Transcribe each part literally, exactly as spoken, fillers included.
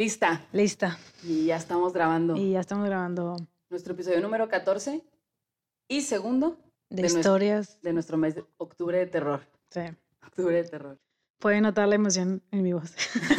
Lista. Lista. Y ya estamos grabando. Y ya estamos grabando. Nuestro episodio número catorce y segundo De, de historias. Nuestro, de nuestro mes de octubre de terror. Sí. Octubre de terror. Pueden notar la emoción en mi voz.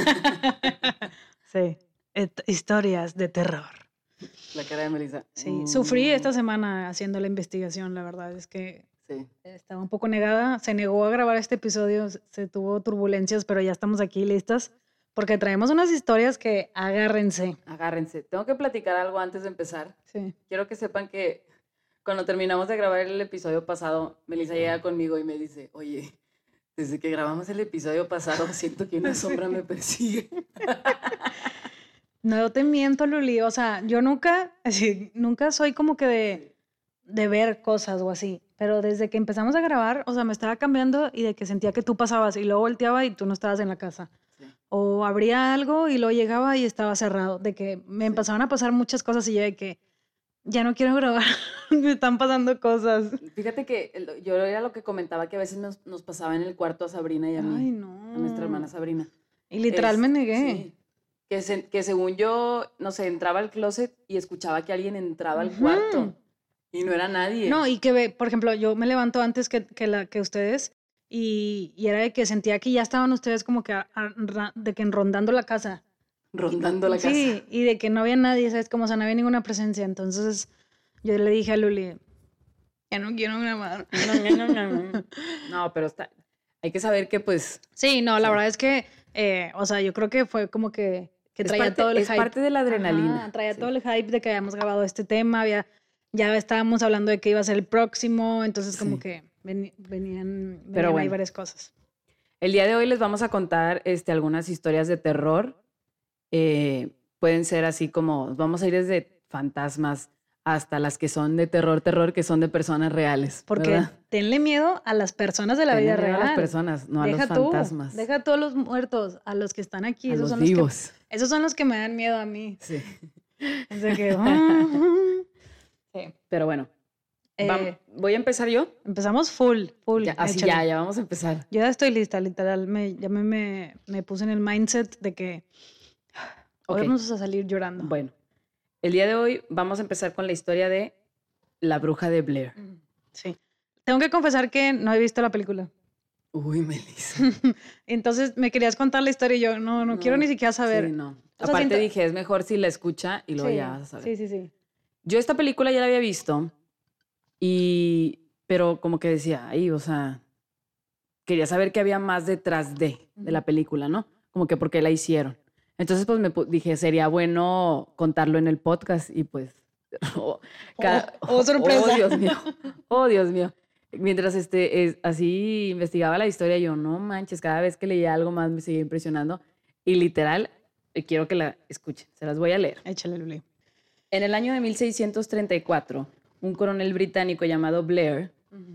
Sí. Et- historias de terror. La cara de Melissa. Sí. Mm. Sufrí esta semana haciendo la investigación, la verdad es que Sí. estaba un poco negada. Se negó a grabar este episodio, se tuvo turbulencias, pero ya estamos aquí listas. Porque traemos unas historias que agárrense. Agárrense. Tengo que platicar algo antes de empezar. Sí. Quiero que sepan que cuando terminamos de grabar el episodio pasado, Melissa llega conmigo y me dice, oye, desde que grabamos el episodio pasado siento que una sombra me persigue. No te miento, Luli. O sea, yo nunca, así, nunca soy como que de, de ver cosas o así. Pero desde que empezamos a grabar, o sea, me estaba cambiando y de que sentía que tú pasabas y luego volteaba y tú no estabas en la casa. Sí. O abría algo y luego llegaba y estaba cerrado. De que me Sí. empezaban a pasar muchas cosas y yo de que ya no quiero grabar. Me están pasando cosas. Fíjate que el- yo era lo que comentaba que a veces nos, nos pasaba en el cuarto a Sabrina y a mí. Ay, no. A nuestra hermana Sabrina. Y literal Es- me negué. sí. Que, se- que según yo, no sé, entraba al closet y escuchaba que alguien entraba al Ujú. cuarto y no era nadie. No, y que, ve, por ejemplo, yo me levanto antes que, que, la, que ustedes y, y era de que sentía que ya estaban ustedes como que a- a- ra- de que rondando la casa. Rondando la casa. Sí, y de que no había nadie, ¿sabes? Como, o sea, no había ninguna presencia. Entonces yo le dije a Luli, ya no quiero grabar. No, pero está, hay que saber que pues Sí, no, la Sí. verdad es que, eh, o sea, yo creo que fue como que, que Es traía parte- todo el es hype. parte de la adrenalina, Ajá, traía sí. todo el hype de que habíamos grabado este tema, había, ya estábamos hablando de que iba a ser el próximo, entonces como Sí. que veni- venían, venían Pero ahí bueno. varias cosas. el día de hoy les vamos a contar este, algunas historias de terror. Eh, pueden ser así como, vamos a ir desde fantasmas hasta las que son de terror, terror, que son de personas reales. Porque ¿verdad? tenle miedo a las personas de la Tenle vida miedo real. a las personas, no a Deja los tú, fantasmas. deja a todos los muertos, a los que están aquí. a esos los son vivos. Los que, esos son los que me dan miedo a mí. Sí. Es de que, ah, sí. Pero bueno, Eh, vam- voy a empezar yo. empezamos full, full. Ya, así échale. ya, ya vamos a empezar. Yo ya estoy lista, literal. Me, ya me, me, me puse en el mindset de que hoy Ok. vamos a salir llorando. Bueno, el día de hoy vamos a empezar con la historia de La Bruja de Blair. Mm, sí. Tengo que confesar que no he visto la película. Uy, Melissa. Entonces me querías contar la historia y yo no, no, quiero ni siquiera saber. Sí, no. O sea, Aparte siento- dije, es mejor si la escucha y luego sí, ya vas a saber. sí, sí, sí. Yo esta película ya la había visto, y, pero como que decía, ay, o sea, quería saber qué había más detrás de, de la Ujú. película, ¿no? Como que por qué la hicieron. Entonces, pues me pu- dije, sería bueno contarlo en el podcast y pues... oh, cada- oh, sorpresa. Oh, Dios mío. Oh, Dios mío. Mientras este, es, así investigaba la historia, yo, no manches, cada vez que leía algo más me seguía impresionando. Y literal, eh, quiero que la escuchen. Se las voy a leer. Échale, Luli. En el año de mil seiscientos treinta y cuatro, un coronel británico llamado Blair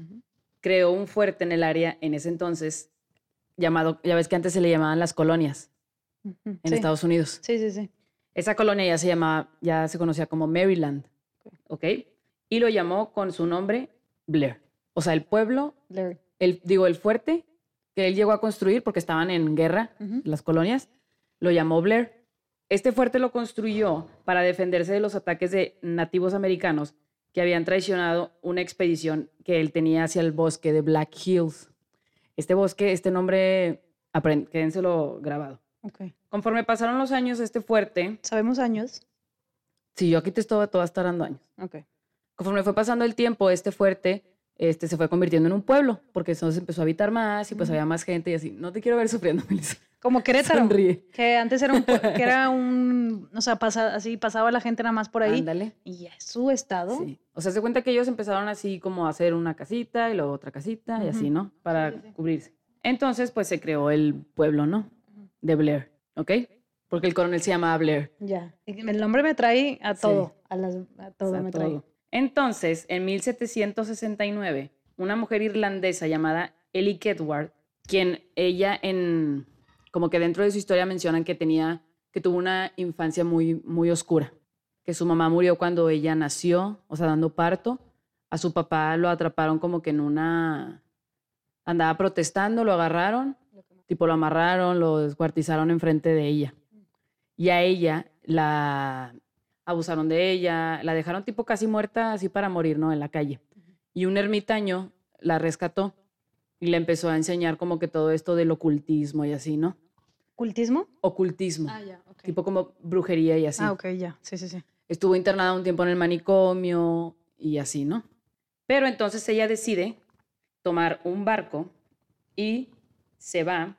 creó un fuerte en el área en ese entonces llamado, ya ves que antes se le llamaban las colonias Ujú, en sí. Estados Unidos. Sí, sí, sí. Esa colonia ya se llamaba, ya se conocía como Maryland, ¿ok? Y lo llamó con su nombre Blair. O sea, el pueblo, Larry. el, digo, el fuerte que él llegó a construir porque estaban en guerra, Ujú. las colonias, lo llamó Blair. Este fuerte lo construyó para defenderse de los ataques de nativos americanos que habían traicionado una expedición que él tenía hacia el bosque de Black Hills. Este bosque, este nombre, aprend- quédenselo grabado. Ok. Conforme pasaron los años, este fuerte, ¿Sabemos años? si yo aquí te estoy, todo estar dando años. Ok. Conforme fue pasando el tiempo, este fuerte este, se fue convirtiendo en un pueblo, porque entonces empezó a habitar más y pues Ujú. había más gente y así. No te quiero ver sufriendo, Melissa. Como Querétaro. Sonríe. Que antes era un, pue- que era un, o sea, pasa, así pasaba la gente nada más por ahí. Ándale. Y ya es su estado. Sí. O sea, se cuenta que ellos empezaron así como a hacer una casita y luego otra casita y así, Ujú. ¿no? Para Sí, sí, sí. cubrirse. Entonces, pues se creó el pueblo, ¿no? De Blair, ¿ok? Porque el coronel se llamaba Blair. Ya. El nombre me trae a Sí. todo. A, las, a todo O sea, me trae. todo. Entonces, en mil setecientos sesenta y nueve, una mujer irlandesa llamada Ellie Kedward, quien ella en, como que dentro de su historia mencionan que tenía, que tuvo una infancia muy, muy oscura, que su mamá murió cuando ella nació, o sea, dando parto. A su papá lo atraparon como que en una, andaba protestando, lo agarraron, tipo lo amarraron, lo descuartizaron enfrente de ella. Y a ella la abusaron de ella, la dejaron tipo casi muerta, así para morir, ¿no? En la calle. Y un ermitaño la rescató y le empezó a enseñar como que todo esto del ocultismo y así, ¿no? ¿Cultismo? Ocultismo. Ah, ya, ok. Tipo como brujería y así. Ah, ok, ya. Sí, sí, sí. Estuvo internada un tiempo en el manicomio y así, ¿no? Pero entonces ella decide tomar un barco y se va.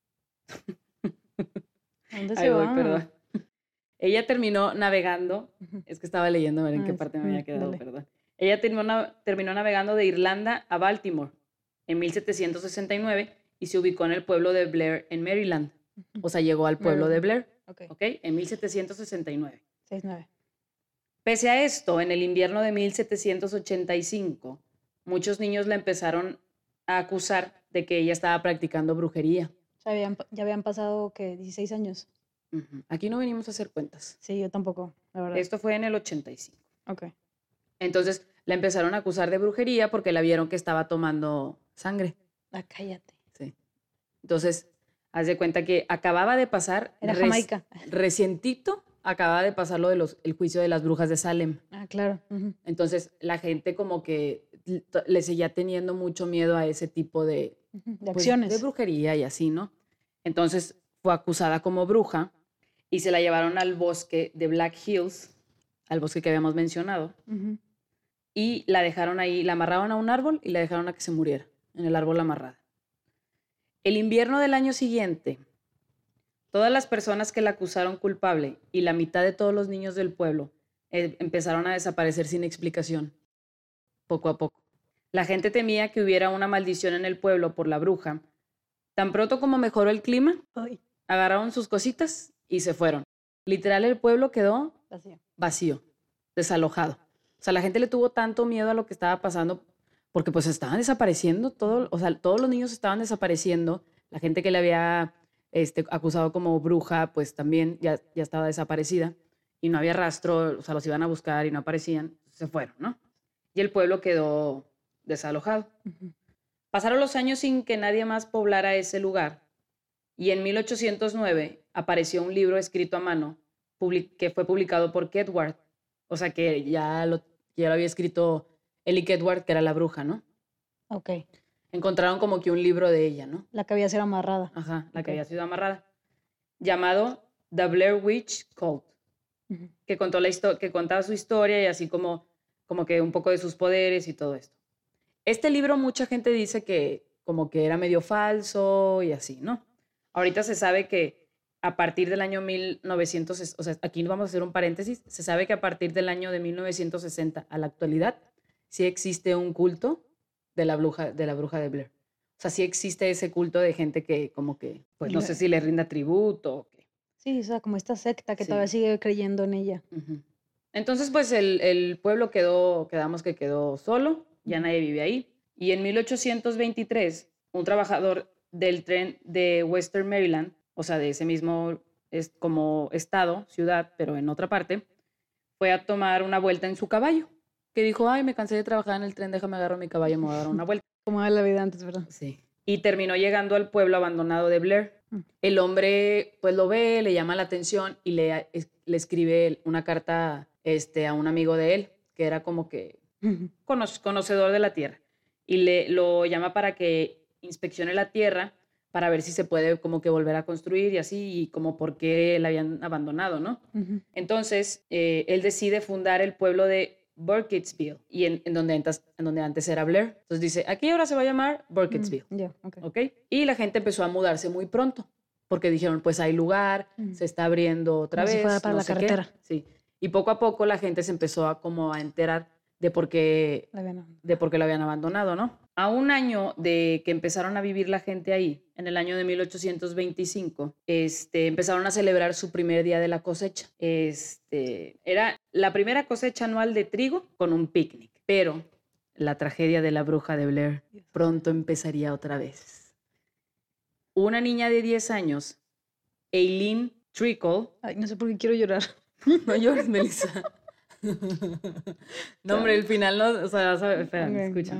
¿A dónde se Ay, voy, va? perdón. Ella terminó navegando, Ujú. es que estaba leyendo a ver en Ah, qué es- parte me mm, había quedado, dale. perdón. Ella terminó, na- terminó navegando de Irlanda a Baltimore en mil setecientos sesenta y nueve y se ubicó en el pueblo de Blair, en Maryland. O sea, llegó al pueblo de Maryland. Blair, Ok. ¿ok? En mil setecientos sesenta y nueve. seis nueve. Pese a esto, en el invierno de mil setecientos ochenta y cinco, muchos niños la empezaron a acusar de que ella estaba practicando brujería. O sea, habían pa- ya habían pasado, ¿qué? dieciséis años. Ujú. Aquí no venimos a hacer cuentas. Sí, yo tampoco, la verdad. Esto fue en el ochenta y cinco. Ok. Entonces la empezaron a acusar de brujería porque la vieron que estaba tomando sangre. Ah, cállate. Sí. Entonces, haz de cuenta que acababa de pasar, Era res- Jamaica. recientito, acababa de pasar lo de los, el juicio de las brujas de Salem. Ah, claro. Ujú. Entonces, la gente como que l- t- le seguía teniendo mucho miedo a ese tipo de, Ujú, de pues, acciones. de brujería y así, ¿no? Entonces, fue acusada como bruja y se la llevaron al bosque de Black Hills, al bosque que habíamos mencionado, Ujú. y la dejaron ahí, la amarraron a un árbol y la dejaron a que se muriera en el árbol amarrada. El invierno del año siguiente, todas las personas que la acusaron culpable y la mitad de todos los niños del pueblo eh, empezaron a desaparecer sin explicación, poco a poco. La gente temía que hubiera una maldición en el pueblo por la bruja. Tan pronto como mejoró el clima, Ay, agarraron sus cositas y se fueron. Literal, el pueblo quedó vacío. vacío, desalojado. O sea, la gente le tuvo tanto miedo a lo que estaba pasando porque pues estaban desapareciendo, todo, o sea, todos los niños estaban desapareciendo. La gente que le había este, acusado como bruja, pues también ya, ya estaba desaparecida y no había rastro, o sea, los iban a buscar y no aparecían, se fueron, ¿no? Y el pueblo quedó desalojado. Ujú. Pasaron los años sin que nadie más poblara ese lugar y en mil ochocientos nueve apareció un libro escrito a mano public- que fue publicado por Kedward. O sea, que ya lo, ya lo había escrito Ellie Kedward, que era la bruja, ¿no? Ok. Encontraron como que un libro de ella, ¿no? La que había sido amarrada. Ajá, la que Ok. había sido amarrada. Llamado The Blair Witch Cult, Ujú. que, contó la histo- que contaba su historia y así como, como que un poco de sus poderes y todo esto. Este libro mucha gente dice que como que era medio falso y así, ¿no? Ahorita se sabe que a partir del año mil novecientos, ses- o sea, aquí vamos a hacer un paréntesis, se sabe que a partir del año de mil novecientos sesenta a la actualidad sí existe un culto de la bruja de, la bruja de Blair. O sea, sí existe ese culto de gente que como que, pues no Le- sé si le rinda tributo o qué. Sí, o sea, como esta secta que Sí. todavía sigue creyendo en ella. Ujú. Entonces, pues el, el pueblo quedó, quedamos que quedó solo, ya Ujú. nadie vive ahí. Y en mil ochocientos veintitrés, un trabajador del tren de Western Maryland, o sea, de ese mismo es como estado, ciudad, pero en otra parte, fue a tomar una vuelta en su caballo, que dijo, ay, me cansé de trabajar en el tren, déjame agarrar mi caballo y me voy a dar una vuelta. Como era la vida antes, ¿verdad? Sí. Y terminó llegando al pueblo abandonado de Blair. Mm. El hombre pues lo ve, le llama la atención y le, es- le escribe una carta este, a un amigo de él, que era como que Ujú. cono- conocedor de la tierra. Y le, lo llama para que inspeccione la tierra para ver si se puede como que volver a construir y así, y como por qué la habían abandonado, ¿no? Ujú. Entonces, eh, él decide fundar el pueblo de Burkittsville, y en, en donde antes, en donde antes era Blair. Entonces dice, aquí ahora se va a llamar Burkittsville, Mm, ya, ok. ¿ok? Y la gente empezó a mudarse muy pronto, porque dijeron, pues hay lugar, Mm. se está abriendo otra Como si vez, fuera para no la sé qué. carretera. Sí. Y poco a poco la gente se empezó a como a enterar de por qué La habían abandonado. de por qué lo habían abandonado, ¿no? A un año de que empezaron a vivir la gente ahí, en el año de mil ochocientos veinticinco, este, empezaron a celebrar su primer día de la cosecha. Este, era la primera cosecha anual de trigo con un picnic, pero la tragedia de la bruja de Blair pronto empezaría otra vez. Una niña de diez años, Eileen Trickle, Ay, no sé por qué quiero llorar. no llores, Melissa. No, hombre, el final no, o sea, vas a- espérame, Ok, escúchame, va.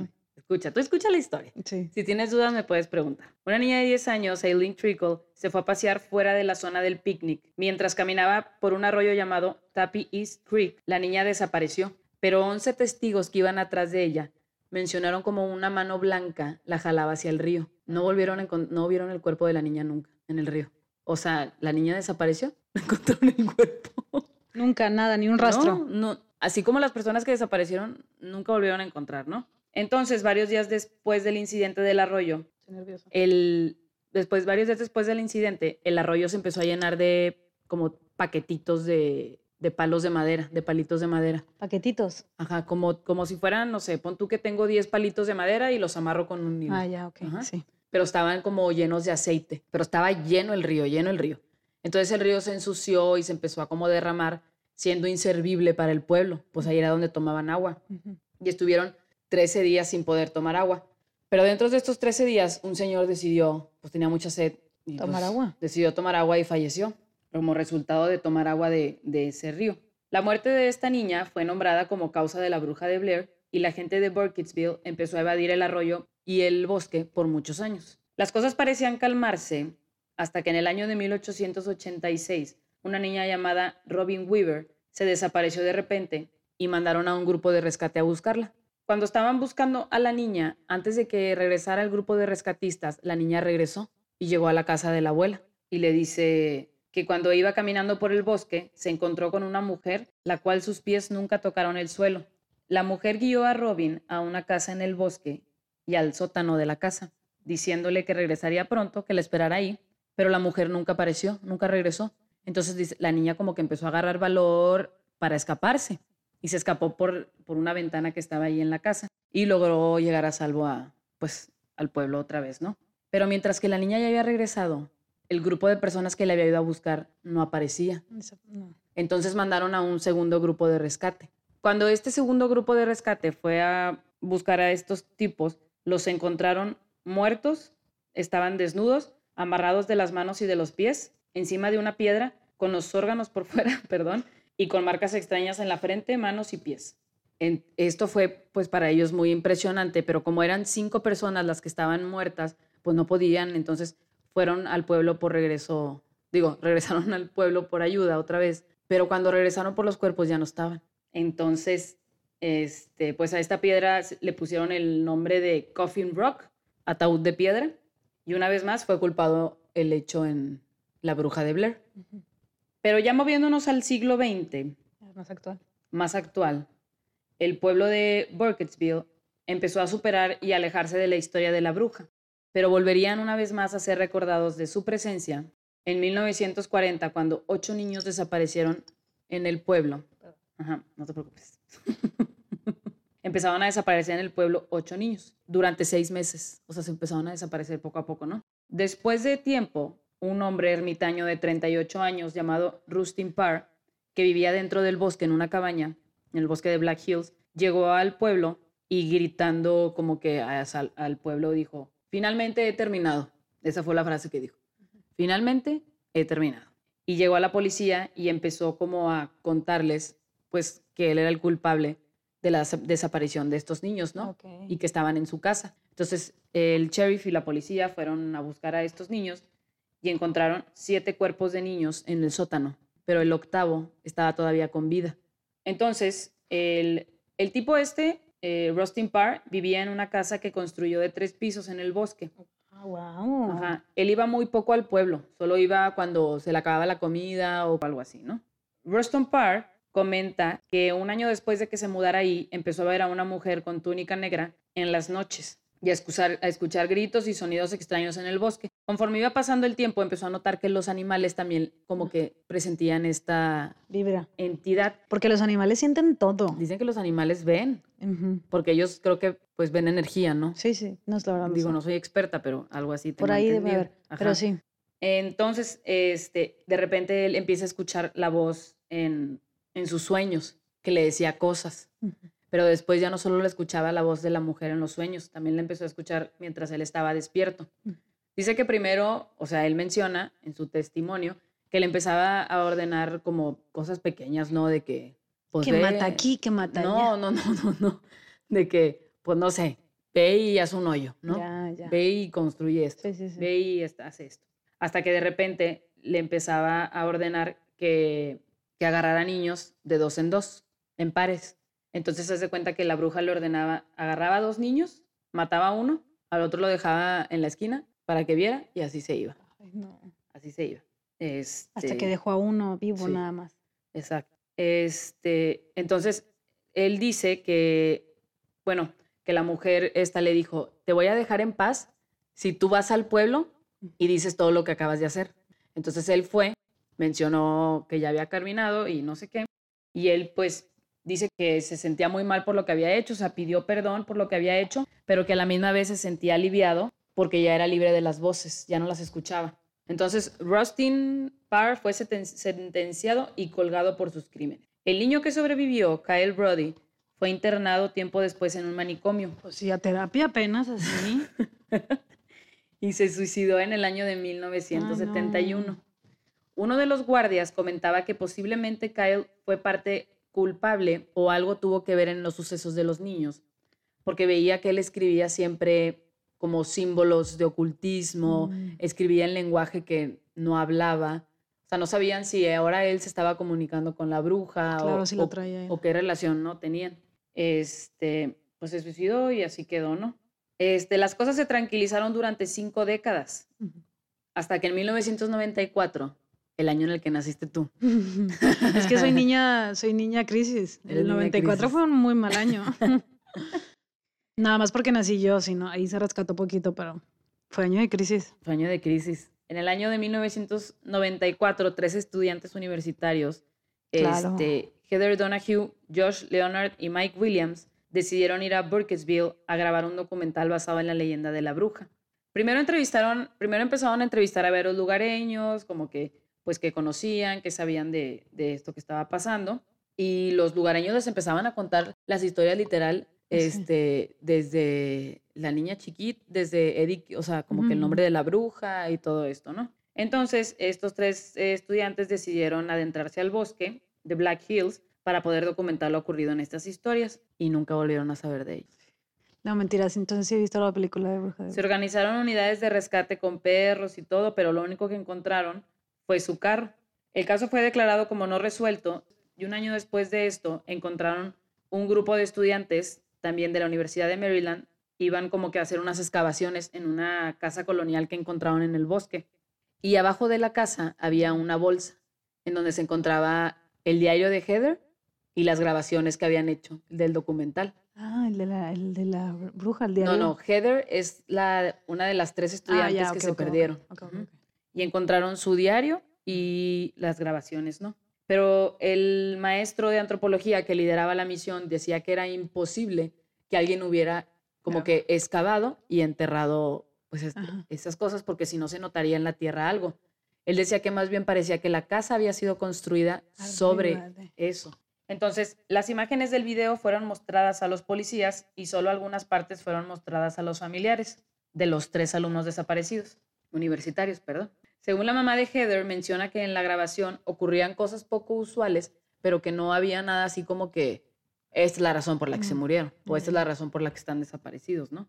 Escucha, tú escucha la historia. Sí. Si tienes dudas, me puedes preguntar. Una niña de diez años, Aileen Trickle, se fue a pasear fuera de la zona del picnic. Mientras caminaba por un arroyo llamado Tappy East Creek, la niña desapareció. Pero once testigos que iban atrás de ella mencionaron como una mano blanca la jalaba hacia el río. No volvieron a encont- no vieron el cuerpo de la niña nunca en el río. O sea, la niña desapareció, no encontraron el cuerpo. Nunca, nada, ni un rastro. No, no. Así como las personas que desaparecieron nunca volvieron a encontrar, ¿no? Entonces, varios días después del incidente del arroyo, Estoy nerviosa. el, después, varios días después del incidente, el arroyo se empezó a llenar de como paquetitos de, de palos de madera, de palitos de madera. Paquetitos. Ajá, como, como si fueran, no sé, pon tú que tengo diez palitos de madera y los amarro con un hilo. Ah, ya, ok, Ajá. sí. Pero estaban como llenos de aceite, pero estaba lleno el río, lleno el río. Entonces el río se ensució y se empezó a como derramar, siendo inservible para el pueblo, pues ahí era donde tomaban agua. Ujú. Y estuvieron trece días sin poder tomar agua. Pero dentro de estos trece días, un señor decidió, pues tenía mucha sed. Y, ¿Tomar pues, agua? Decidió tomar agua y falleció, como resultado de tomar agua de, de ese río. La muerte de esta niña fue nombrada como causa de la bruja de Blair y la gente de Burkittsville empezó a evadir el arroyo y el bosque por muchos años. Las cosas parecían calmarse hasta que en el año de mil ochocientos ochenta y seis una niña llamada Robin Weaver se desapareció de repente y mandaron a un grupo de rescate a buscarla. Cuando estaban buscando a la niña, antes de que regresara el grupo de rescatistas, la niña regresó y llegó a la casa de la abuela y le dice que cuando iba caminando por el bosque se encontró con una mujer, la cual sus pies nunca tocaron el suelo. La mujer guió a Robin a una casa en el bosque y al sótano de la casa, diciéndole que regresaría pronto, que la esperara ahí, pero la mujer nunca apareció, nunca regresó. Entonces dice, la niña como que empezó a agarrar valor para escaparse y se escapó por, por una ventana que estaba ahí en la casa y logró llegar a salvo a, pues, al pueblo otra vez, ¿no? Pero mientras que la niña ya había regresado, el grupo de personas que le había ido a buscar no aparecía. Eso, no. Entonces mandaron a un segundo grupo de rescate. Cuando este segundo grupo de rescate fue a buscar a estos tipos, los encontraron muertos, estaban desnudos, amarrados de las manos y de los pies, encima de una piedra, con los órganos por fuera, perdón, y con marcas extrañas en la frente, manos y pies. En, esto fue pues para ellos muy impresionante, pero como eran cinco personas las que estaban muertas, pues no podían, entonces fueron al pueblo por regreso, digo, regresaron al pueblo por ayuda otra vez, pero cuando regresaron por los cuerpos ya no estaban. Entonces, este, pues a esta piedra le pusieron el nombre de Coffin Rock, ataúd de piedra, y una vez más fue culpado el hecho en la bruja de Blair. Ujú. Pero ya moviéndonos al siglo veinte, Es más actual. más actual, el pueblo de Burkittsville empezó a superar y alejarse de la historia de la bruja, pero volverían una vez más a ser recordados de su presencia en mil novecientos cuarenta, cuando ocho niños desaparecieron en el pueblo. Ajá, no te preocupes. Empezaron a desaparecer en el pueblo ocho niños durante seis meses. O sea, se empezaron a desaparecer poco a poco, ¿no? Después de tiempo, un hombre ermitaño de treinta y ocho años llamado Rustin Parr, que vivía dentro del bosque en una cabaña, en el bosque de Black Hills, llegó al pueblo y gritando como que al, al pueblo dijo, finalmente he terminado. Esa fue la frase que dijo. Finalmente he terminado. Y llegó a la policía y empezó como a contarles pues que él era el culpable de la desaparición de estos niños, ¿no? Okay. Y que estaban en su casa. Entonces el sheriff y la policía fueron a buscar a estos niños y encontraron siete cuerpos de niños en el sótano, pero el octavo estaba todavía con vida. Entonces el, el tipo este, eh, Rustin Parr, vivía en una casa que construyó de tres pisos en el bosque. Ah, wow. Ajá. Él iba muy poco al pueblo, solo iba cuando se le acababa la comida o algo así, ¿no? Rustin Parr comenta que un año después de que se mudara ahí, empezó a ver a una mujer con túnica negra en las noches y a escuchar, a escuchar gritos y sonidos extraños en el bosque. Conforme iba pasando el tiempo, empezó a notar que los animales también como que presentían esta Vibra. entidad. Porque los animales sienten todo. Dicen que los animales ven, Uh-huh. porque ellos creo que pues ven energía, ¿no? Sí, sí, no es la verdad. Digo, sé. no soy experta, pero algo así. Por tengo ahí debe entendido. haber, Ajá. pero sí. Entonces, este, de repente él empieza a escuchar la voz en, en sus sueños, que le decía cosas. Uh-huh. Pero después ya no solo le escuchaba la voz de la mujer en los sueños, también le empezó a escuchar mientras él estaba despierto. Uh-huh. Dice que primero, o sea, él menciona en su testimonio que le empezaba a ordenar como cosas pequeñas, ¿no? De que... Pues, que ve, mata aquí, que mata no, allá. no, no, no, no. De que, pues no sé, ve y haz un hoyo, ¿no? Ya, ya. Ve y construye esto. Sí, sí, sí. Ve y est- haz esto. Hasta que de repente le empezaba a ordenar que, que agarrara niños de dos en dos, en pares. Entonces se hace cuenta que la bruja le ordenaba, agarraba a dos niños, mataba a uno, al otro lo dejaba en la esquina para que viera y así se iba. Ay, no. Así se iba. Este, Hasta que dejó a uno vivo sí. nada más. Exacto. Este, entonces, él dice que, bueno, que la mujer esta le dijo, te voy a dejar en paz si tú vas al pueblo y dices todo lo que acabas de hacer. Entonces él fue, mencionó que ya había terminado y no sé qué, y él pues dice que se sentía muy mal por lo que había hecho, o sea, pidió perdón por lo que había hecho, pero que a la misma vez se sentía aliviado porque ya era libre de las voces, ya no las escuchaba. Entonces, Rustin Parr fue senten- sentenciado y colgado por sus crímenes. El niño que sobrevivió, Kyle Brody, fue internado tiempo después en un manicomio Pues sí, a terapia apenas así. y se suicidó en el año de mil novecientos setenta y uno. Ay, no. Uno de los guardias comentaba que posiblemente Kyle fue parte culpable o algo tuvo que ver en los sucesos de los niños, porque veía que él escribía siempre como símbolos de ocultismo, Mm. escribía en lenguaje que no hablaba. O sea, no sabían si ahora él se estaba comunicando con la bruja Claro, o, sí lo o- traía él. o qué relación no tenían. Este, pues se suicidó y así quedó, ¿no? Este, las cosas se tranquilizaron durante cinco décadas, Ujú. hasta que en mil novecientos noventa y cuatro, el año en el que naciste tú. Es que soy niña, soy niña crisis. Eres El niña noventa y cuatro crisis. fue un muy mal año. Nada más porque nací yo, sino ahí se rescató poquito, pero fue año de crisis. Fue año de crisis. En el año de mil novecientos noventa y cuatro, tres estudiantes universitarios, Claro. este, Heather Donahue, Josh Leonard y Mike Williams, decidieron ir a Burkittsville a grabar un documental basado en la leyenda de la bruja. Primero entrevistaron, primero empezaron a entrevistar a varios lugareños, como que, pues, que conocían, que sabían de, de esto que estaba pasando, y los lugareños les empezaban a contar las historias literal, Sí. este, desde la niña chiquita, desde Eddie, o sea, como que el nombre Ujú. de la bruja y todo esto, ¿no? Entonces, estos tres eh, estudiantes decidieron adentrarse al bosque de Black Hills para poder documentar lo ocurrido en estas historias y nunca volvieron a saber de ellos. No, mentiras, entonces sí he visto la película de Bruja de Se Blair. organizaron unidades de rescate con perros y todo, pero lo único que encontraron fue su carro. El caso fue declarado como no resuelto y un año después de esto encontraron un grupo de estudiantes también de la Universidad de Maryland, iban como que a hacer unas excavaciones en una casa colonial que encontraron en el bosque. Y abajo de la casa había una bolsa en donde se encontraba el diario de Heather y las grabaciones que habían hecho del documental. Ah, el de la, el de la bruja, el No, diario. no, Heather es la, una de las tres Ah, estudiantes ya, que ok, se ok, ok, perdieron. ok, ok, Ujú. ok. Y encontraron su diario y las grabaciones, ¿no? Pero el maestro de antropología que lideraba la misión decía que era imposible que alguien hubiera como Claro. que excavado y enterrado pues este- Ajá. esas cosas porque si no se notaría en la tierra algo. Él decía que más bien parecía que la casa había sido construida sobre Arriba de- eso. Entonces, las imágenes del video fueron mostradas a los policías y solo algunas partes fueron mostradas a los familiares de los tres alumnos desaparecidos, universitarios, perdón. Según la mamá de Heather, menciona que en la grabación ocurrían cosas poco usuales, pero que no había nada así como que esta es la razón por la que se Mm, murieron o ya, esta es ya. la razón por la que están desaparecidos, ¿no?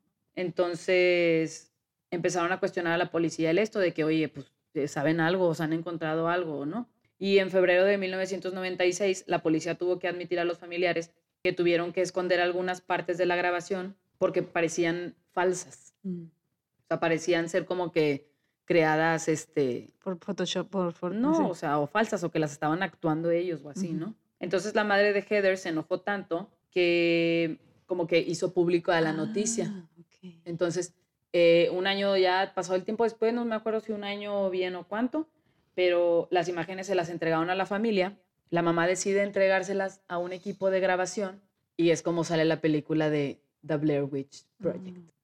Entonces, empezaron a cuestionar a la policía el esto de que, oye, pues, eh, ¿saben algo? ¿O se han encontrado algo o no? Y en febrero de mil novecientos noventa y seis, la policía tuvo que admitir a los familiares que tuvieron que esconder algunas partes de la grabación porque parecían falsas. Mm. O sea, parecían ser como que creadas, este, Por Photoshop, por, por no, sí. o sea, o falsas, o que las estaban actuando ellos o así, Ujú. ¿no? Entonces la madre de Heather se enojó tanto que como que hizo público a la noticia. Ah, ok. Entonces, eh, un año ya pasó el tiempo después, no me acuerdo si un año bien o cuánto, pero las imágenes se las entregaron a la familia. La mamá decide entregárselas a un equipo de grabación y es como sale la película de The Blair Witch Project. Mm.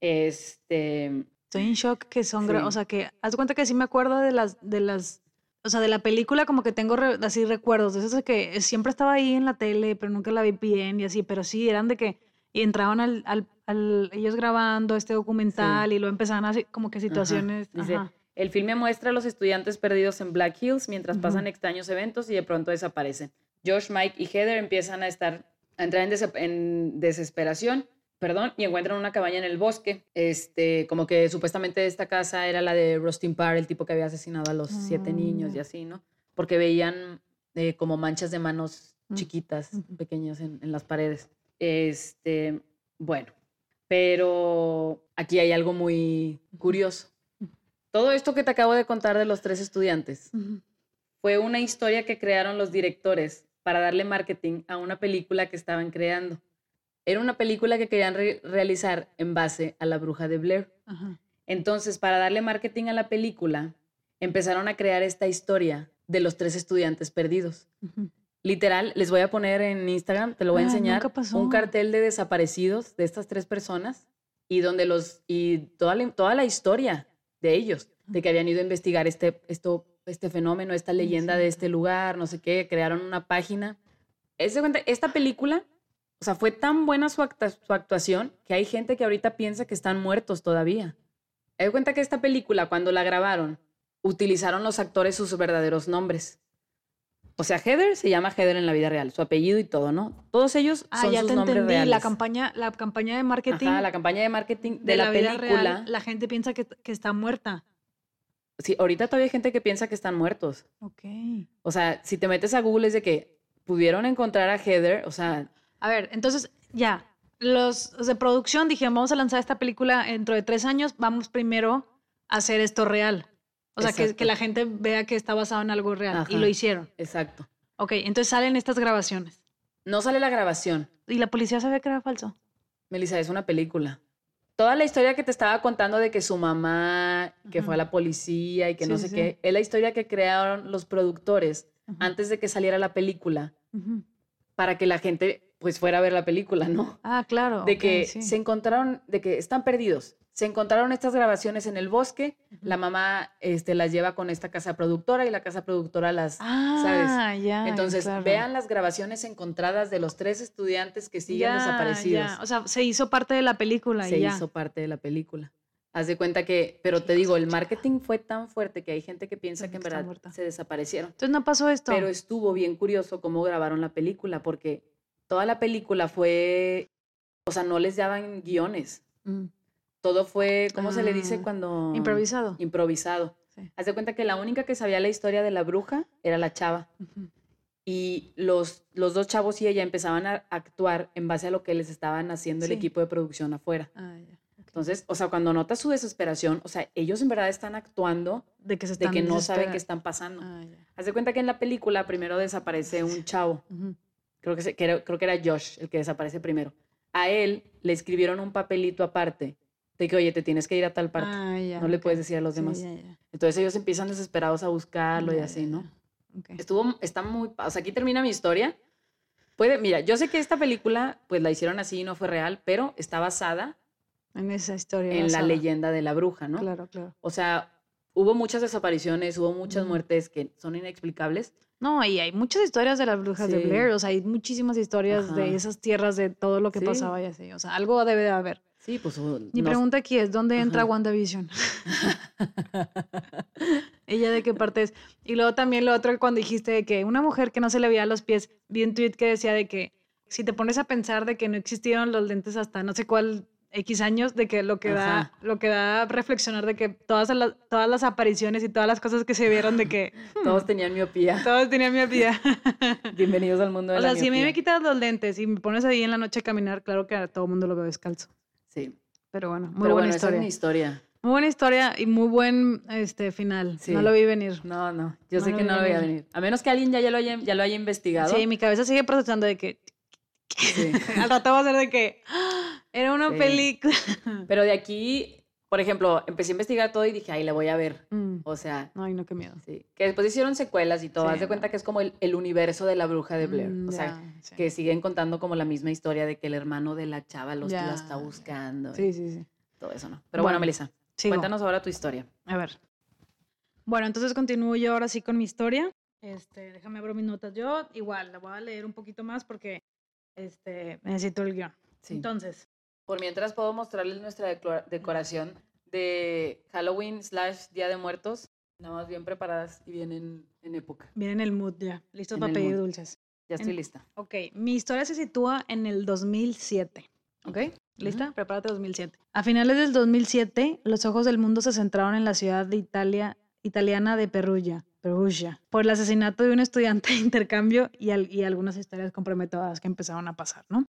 Este, Estoy en shock que son, gra- Sí. o sea, que haz de cuenta que sí me acuerdo de las, de las, o sea, de la película como que tengo re- así recuerdos, de esos que siempre estaba ahí en la tele, pero nunca la vi bien y así, pero sí, eran de que y entraban al, al, al- ellos grabando este documental y luego empezaban así como que situaciones, Ajá. Dice, ajá. el filme muestra a los estudiantes perdidos en Black Hills mientras Ujú. pasan extraños eventos y de pronto desaparecen. Josh, Mike y Heather empiezan a estar a entrar en, des- en desesperación perdón, y encuentran una cabaña en el bosque. Este, como que supuestamente esta casa era la de Rustin Parr, el tipo que había asesinado a los Ah, siete niños y así, ¿no? Porque veían eh, como manchas de manos chiquitas, Ujú. pequeñas en, en las paredes. Este, bueno, pero aquí hay algo muy curioso. Todo esto que te acabo de contar de los tres estudiantes Ujú. fue una historia que crearon los directores para darle marketing a una película que estaban creando. Era una película que querían re- realizar en base a La Bruja de Blair. Ajá. Entonces, para darle marketing a la película, empezaron a crear esta historia de los tres estudiantes perdidos. Ujú. Literal, les voy a poner en Instagram, te lo voy a Ah, enseñar, nunca pasó. un cartel de desaparecidos de estas tres personas y donde los y toda la, toda la historia de ellos, de que habían ido a investigar este, esto, este fenómeno, esta leyenda de este lugar, no sé qué, crearon una página. Es de cuenta, esta película, o sea, fue tan buena su, acta- su actuación que hay gente que ahorita piensa que están muertos todavía. Haz de cuenta que esta película, cuando la grabaron, utilizaron los actores sus verdaderos nombres. O sea, Heather se llama Heather en la vida real, su apellido y todo, ¿no? Todos ellos Ah, son ya sus te nombres entendí. reales. La campaña, la campaña de marketing Ajá, la campaña de marketing de, de la, la vida película. real, la gente piensa que, que está muerta. Sí, ahorita todavía hay gente que piensa que están muertos. Ok. O sea, si te metes a Google es de que pudieron encontrar a Heather, o sea, A ver, entonces, ya. Los de producción dijeron, vamos a lanzar esta película dentro de tres años, vamos primero a hacer esto real. O sea, que, Exacto. que la gente vea que está basado en algo real. Y Ajá. lo hicieron. exacto. Ok, entonces salen estas grabaciones. No sale la grabación. Y la policía sabía que era falso. Melissa, es una película. Toda la historia que te estaba contando de que su mamá, que Ajá. fue a la policía y que Sí, no sí, sé sí. qué, es la historia que crearon los productores Ujú. antes de que saliera la película Ujú. para que la gente pues fuera a ver la película, ¿no? Ah, claro. De ok, que sí. se encontraron, de que están perdidos. Se encontraron estas grabaciones en el bosque, Ujú. la mamá este, las lleva con esta casa productora y la casa productora las, Ah, ¿sabes? ya. Entonces, claro. vean las grabaciones encontradas de los tres estudiantes que siguen Ya, desaparecidos. ya. O sea, se hizo parte de la película Se y ya. hizo parte de la película. Haz de cuenta que, pero Qué te digo, cosa el chingada. marketing fue tan fuerte que hay gente que piensa Pensé que en que está verdad muerta. se desaparecieron. Entonces no pasó esto. Pero estuvo bien curioso cómo grabaron la película, porque toda la película fue, o sea, no les daban guiones. Mm. Todo fue, ¿cómo se le dice Ah, cuando? improvisado. Improvisado. Sí. Haz de cuenta que la única que sabía la historia de la bruja era la chava. Ujú. Y los, los dos chavos y ella empezaban a actuar en base a lo que les estaban haciendo el Sí. equipo de producción afuera. Ah, ya. ok. Entonces, o sea, cuando notas su desesperación, o sea, ellos en verdad están actuando De que se de están que no saben desespera- qué están pasando. Ah, ya. Haz de cuenta que en la película primero desaparece un chavo. Ujú. Creo que, se- que era, creo que era Josh el que desaparece primero. A él le escribieron un papelito aparte de que, oye, te tienes que ir a tal parte. Ah, ya. no le ok. puedes decir a los Sí, demás. ya, ya. Entonces ellos empiezan desesperados a buscarlo y Ya, así, ya, ¿no? ya. Ok. Estuvo, está muy, o sea, aquí termina mi historia. Puede, mira, yo sé que esta película, pues la hicieron así y no fue real, pero está basada En esa historia en la basada. leyenda de la bruja, ¿no? Claro, claro. O sea, hubo muchas desapariciones, hubo muchas Ujú. muertes que son inexplicables. No, y hay muchas historias de las brujas de Sí. Blair. O sea, hay muchísimas historias Ajá. de esas tierras, de todo lo que Sí. pasaba y así. O sea, algo debe de haber. Sí, pues. uh, Mi no- pregunta aquí es, ¿dónde entra Ajá. WandaVision? ¿Ella de qué parte es? Y luego también lo otro, cuando dijiste de que una mujer que no se le veía los pies, vi un tweet que decía de que si te pones a pensar de que no existieron los lentes hasta no sé cuál X años, de que lo que da, Ajá. lo que da a reflexionar de que todas las, todas las apariciones y todas las cosas que se vieron de que Todos tenían miopía. todos tenían miopía. Bienvenidos al mundo de O la sea, si a mí miopía. me quitas los lentes y me pones ahí en la noche a caminar, claro que a todo el mundo lo veo descalzo. Sí. Pero bueno, muy Pero buena bueno, esa es historia. mi historia. Muy buena historia y muy buen este final. Sí. No lo vi venir. No, no. Yo No sé lo que vi no lo voy a venir. venir. A menos que alguien ya, ya, lo, haya, ya lo haya investigado. Sí, mi cabeza sigue procesando de que Sí. al rato va a ser de que ¡ah! Era una Sí. película. Pero de aquí, por ejemplo, empecé a investigar todo y dije, ay, la voy a ver. Mm. O sea, Ay, no, qué miedo. sí. Que después hicieron secuelas y todo. Sí, Haz de cuenta no. que es como el, el universo de la bruja de Blair. Mm, o sea, ya, sí. que siguen contando como la misma historia de que el hermano de la chava los, Ya, la está ya. buscando. Sí, y sí, sí. todo eso, ¿no? Pero bueno, Bueno, Melissa, sigo. cuéntanos ahora tu historia. A ver. Bueno, entonces continúo yo ahora sí con mi historia. Este, déjame abrir mis notas. Yo igual la voy a leer un poquito más porque este, necesito el guión. Sí. Entonces, Por mientras puedo mostrarles nuestra decora- decoración de Halloween slash Día de Muertos. Nada más bien preparadas y bien en, en época. viene en el mood ya. Listos En para el pedir mood. dulces. Ya estoy En- lista. Ok, mi historia se sitúa en el dos mil siete. ¿Ok? ¿Lista? Ujú. Prepárate dos mil siete. A finales del dos mil siete, los ojos del mundo se centraron en la ciudad de Italia, italiana de Perugia, Perugia, por el asesinato de un estudiante de intercambio y, al- y algunas historias comprometedoras que empezaron a pasar, ¿no?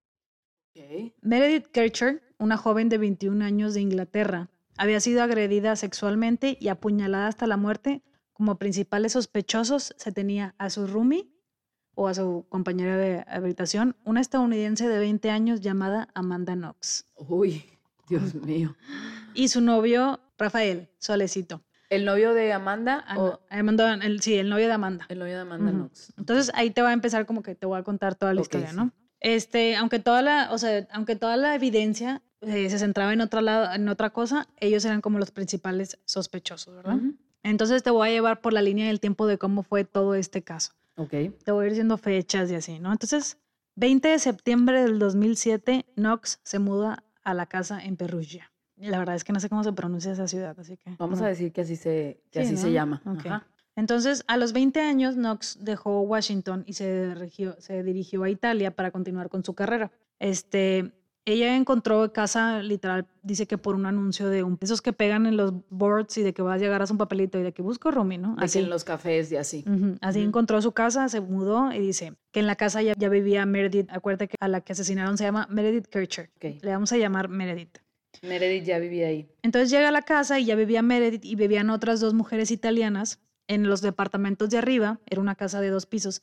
Ok. Meredith Kercher, una joven de veintiún años de Inglaterra, había sido agredida sexualmente y apuñalada hasta la muerte. Como principales sospechosos se tenía a su roomie o a su compañera de habitación, una estadounidense de veinte años llamada Amanda Knox, Uy, Dios mío. y su novio Rafael Solecito. ¿El novio de Amanda Ana- o Amanda- el- sí, el novio de Amanda. el novio de Amanda Ujú. Knox? Entonces ahí te va a empezar como que te voy a contar toda la Ok, historia, sí. ¿no? Este, aunque toda la, o sea, aunque toda la evidencia eh, se centraba en otra lado, en otra cosa, ellos eran como los principales sospechosos, ¿verdad? Ujú. Entonces te voy a llevar por la línea del tiempo de cómo fue todo este caso. Ok. Te voy a ir diciendo fechas y así, ¿no? Entonces, veinte de septiembre del dos mil siete, Knox se muda a la casa en Perugia. Y la verdad es que no sé cómo se pronuncia esa ciudad, así que... Vamos no. a decir que así se, que Sí, así se ¿no? llama. Ok. Ajá. Entonces, a los veinte años, Knox dejó Washington y se dirigió, se dirigió a Italia para continuar con su carrera. Este, ella encontró casa, literal, dice que por un anuncio de un, esos que pegan en los boards y de que vas a llegar a un papelito y de que busco roomie, ¿no? De Así. que en los cafés y así. Ujú, así Ujú. encontró su casa, se mudó y dice que en la casa ya, ya vivía Meredith. Acuérdate que a la que asesinaron se llama Meredith Kercher. Ok. Le vamos a llamar Meredith. Meredith ya vivía ahí. Entonces llega a la casa y ya vivía Meredith y vivían otras dos mujeres italianas en los departamentos de arriba. Era una casa de dos pisos.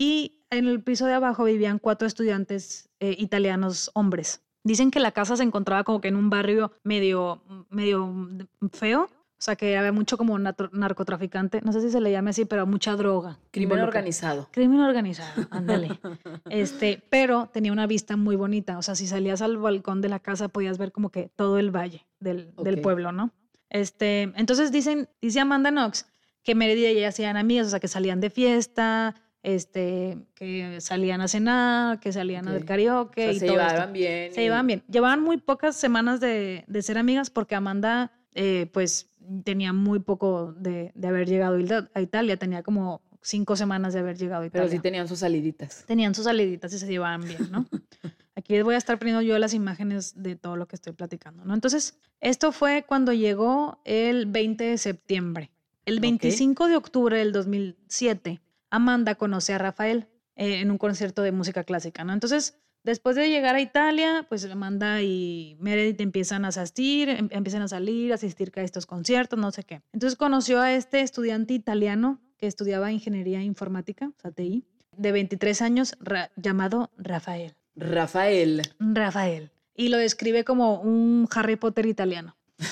Y en el piso de abajo vivían cuatro estudiantes eh, italianos hombres. Dicen que la casa se encontraba como que en un barrio medio, medio feo. O sea, que había mucho como natro- narcotraficante. No sé si se le llame así, pero mucha droga. Crimen involucrada. organizado. Crimen organizado, ándale. Este, pero tenía una vista muy bonita. O sea, si salías al balcón de la casa podías ver como que todo el valle del, del Ok. pueblo, ¿no? Este, entonces dicen, dice Amanda Knox que Meredith y ella hacían amigas, o sea, que salían de fiesta, este, que salían a cenar, que salían Ok. al karaoke O sea, y se todo esto. llevaban bien. Se y- llevaban bien. Llevaban muy pocas semanas de, de ser amigas porque Amanda, eh, pues, tenía muy poco de, de haber llegado a Ita- a Italia. Tenía como cinco semanas de haber llegado a Pero Italia. sí tenían sus saliditas. Tenían sus saliditas y se llevaban bien, ¿no? Aquí les voy a estar poniendo yo las imágenes de todo lo que estoy platicando, ¿no? Entonces, esto fue cuando llegó el veinte de septiembre. El Ok. veinticinco de octubre del dos mil siete, Amanda conoce a Rafael eh, en un concierto de música clásica, ¿no? Entonces, después de llegar a Italia, pues Amanda y Meredith empiezan a asistir, em- empiezan a salir, a asistir a estos conciertos, no sé qué. Entonces conoció a este estudiante italiano que estudiaba ingeniería informática, o sea, T I, de veintitrés años, Ra- llamado Rafael. Rafael. Rafael. Y lo describe como un Harry Potter italiano.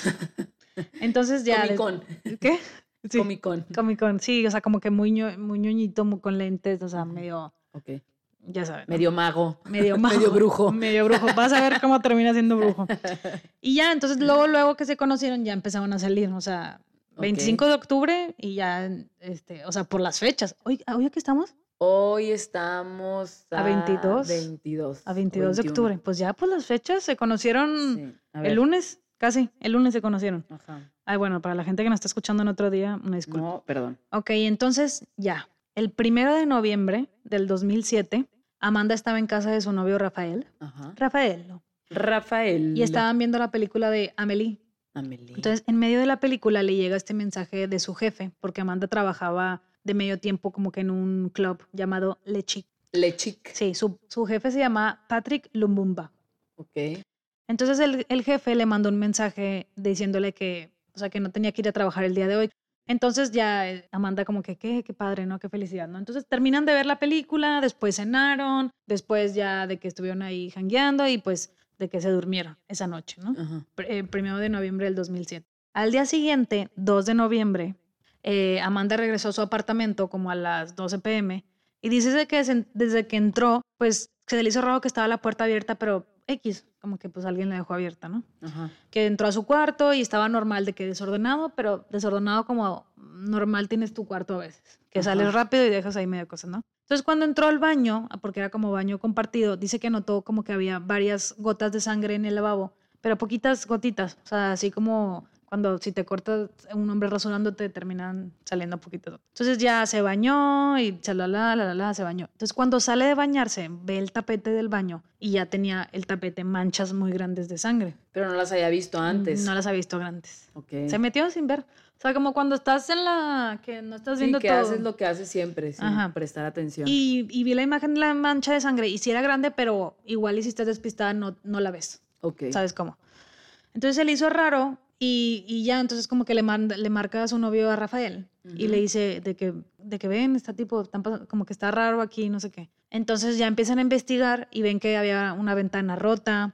Entonces ya... Comic des- Con. ¿Qué? Sí. Comic Con. Comic Con, sí, o sea, como que muy, ño- muy ñoñito, muy con lentes, o sea, Ujú. medio, Ok. ya sabes. ¿no? Medio mago. Medio mago. Medio brujo. Medio brujo. Vas a ver cómo termina siendo brujo. Y ya, entonces luego, luego que se conocieron ya empezaron a salir, o sea, veinticinco Ok. de octubre y ya, este, o sea, por las fechas. Hoy, ¿hoy aquí estamos? Hoy estamos a, A veintidós. veintidós. A o veintidós de veintiuno. octubre. Pues ya, pues las fechas se conocieron Sí. A el ver. lunes, casi, el lunes se conocieron. Ajá. Ay, bueno, para la gente que nos está escuchando en otro día, una disculpa. No, perdón. Ok, entonces ya, el primero de noviembre del dos mil siete, Amanda estaba en casa de su novio Rafael. Ajá. Rafael, ¿no? Rafael. Y estaban viendo la película de Amélie. Amelie. Entonces, en medio de la película le llega este mensaje de su jefe, porque Amanda trabajaba de medio tiempo como que en un club llamado Le Chic. Le Chic. Sí, su, su jefe se llama Patrick Lumumba. Ok. Entonces el, el jefe le mandó un mensaje diciéndole que, o sea, que no tenía que ir a trabajar el día de hoy. Entonces ya eh, Amanda como que, qué, qué padre, ¿no? Qué felicidad, ¿no? Entonces terminan de ver la película, después cenaron, después ya de que estuvieron ahí jangueando y pues de que se durmieron esa noche, ¿no? Ajá. Pr- eh, primero de noviembre del dos mil siete. Al día siguiente, dos de noviembre, eh, Amanda regresó a su apartamento como a las doce p m y dice de que se- desde que entró, pues se le hizo raro que estaba la puerta abierta, pero X, como que pues alguien la dejó abierta, ¿no? Ajá. Que entró a su cuarto y estaba normal de que desordenado, pero desordenado como normal tienes tu cuarto a veces, que Ajá. sales rápido y dejas ahí medio cosas, ¿no? Entonces cuando entró al baño, ah, porque era como baño compartido, dice que notó como que había varias gotas de sangre en el lavabo, pero poquitas gotitas, o sea, así como cuando si te cortas un hombre rasurándote, terminan saliendo poquito. Entonces ya se bañó y chalala, la, la, la, se bañó. Entonces cuando sale de bañarse, ve el tapete del baño y ya tenía el tapete manchas muy grandes de sangre. Pero no las había visto antes. No las había visto antes. Okay. Se metió sin ver. O sea, como cuando estás en la... que no estás viendo sí, que todo. haces lo que haces siempre, sin Ajá. prestar atención. Y, y vi la imagen de la mancha de sangre y sí era grande, pero igual y si estás despistada no, no la ves. Ok. ¿Sabes cómo? Entonces se le hizo raro y, y ya entonces como que le, manda, le marca a su novio a Rafael uh-huh. y le dice de que, de que ven, este tipo, tan, como que está raro aquí, no sé qué. Entonces ya empiezan a investigar y ven que había una ventana rota,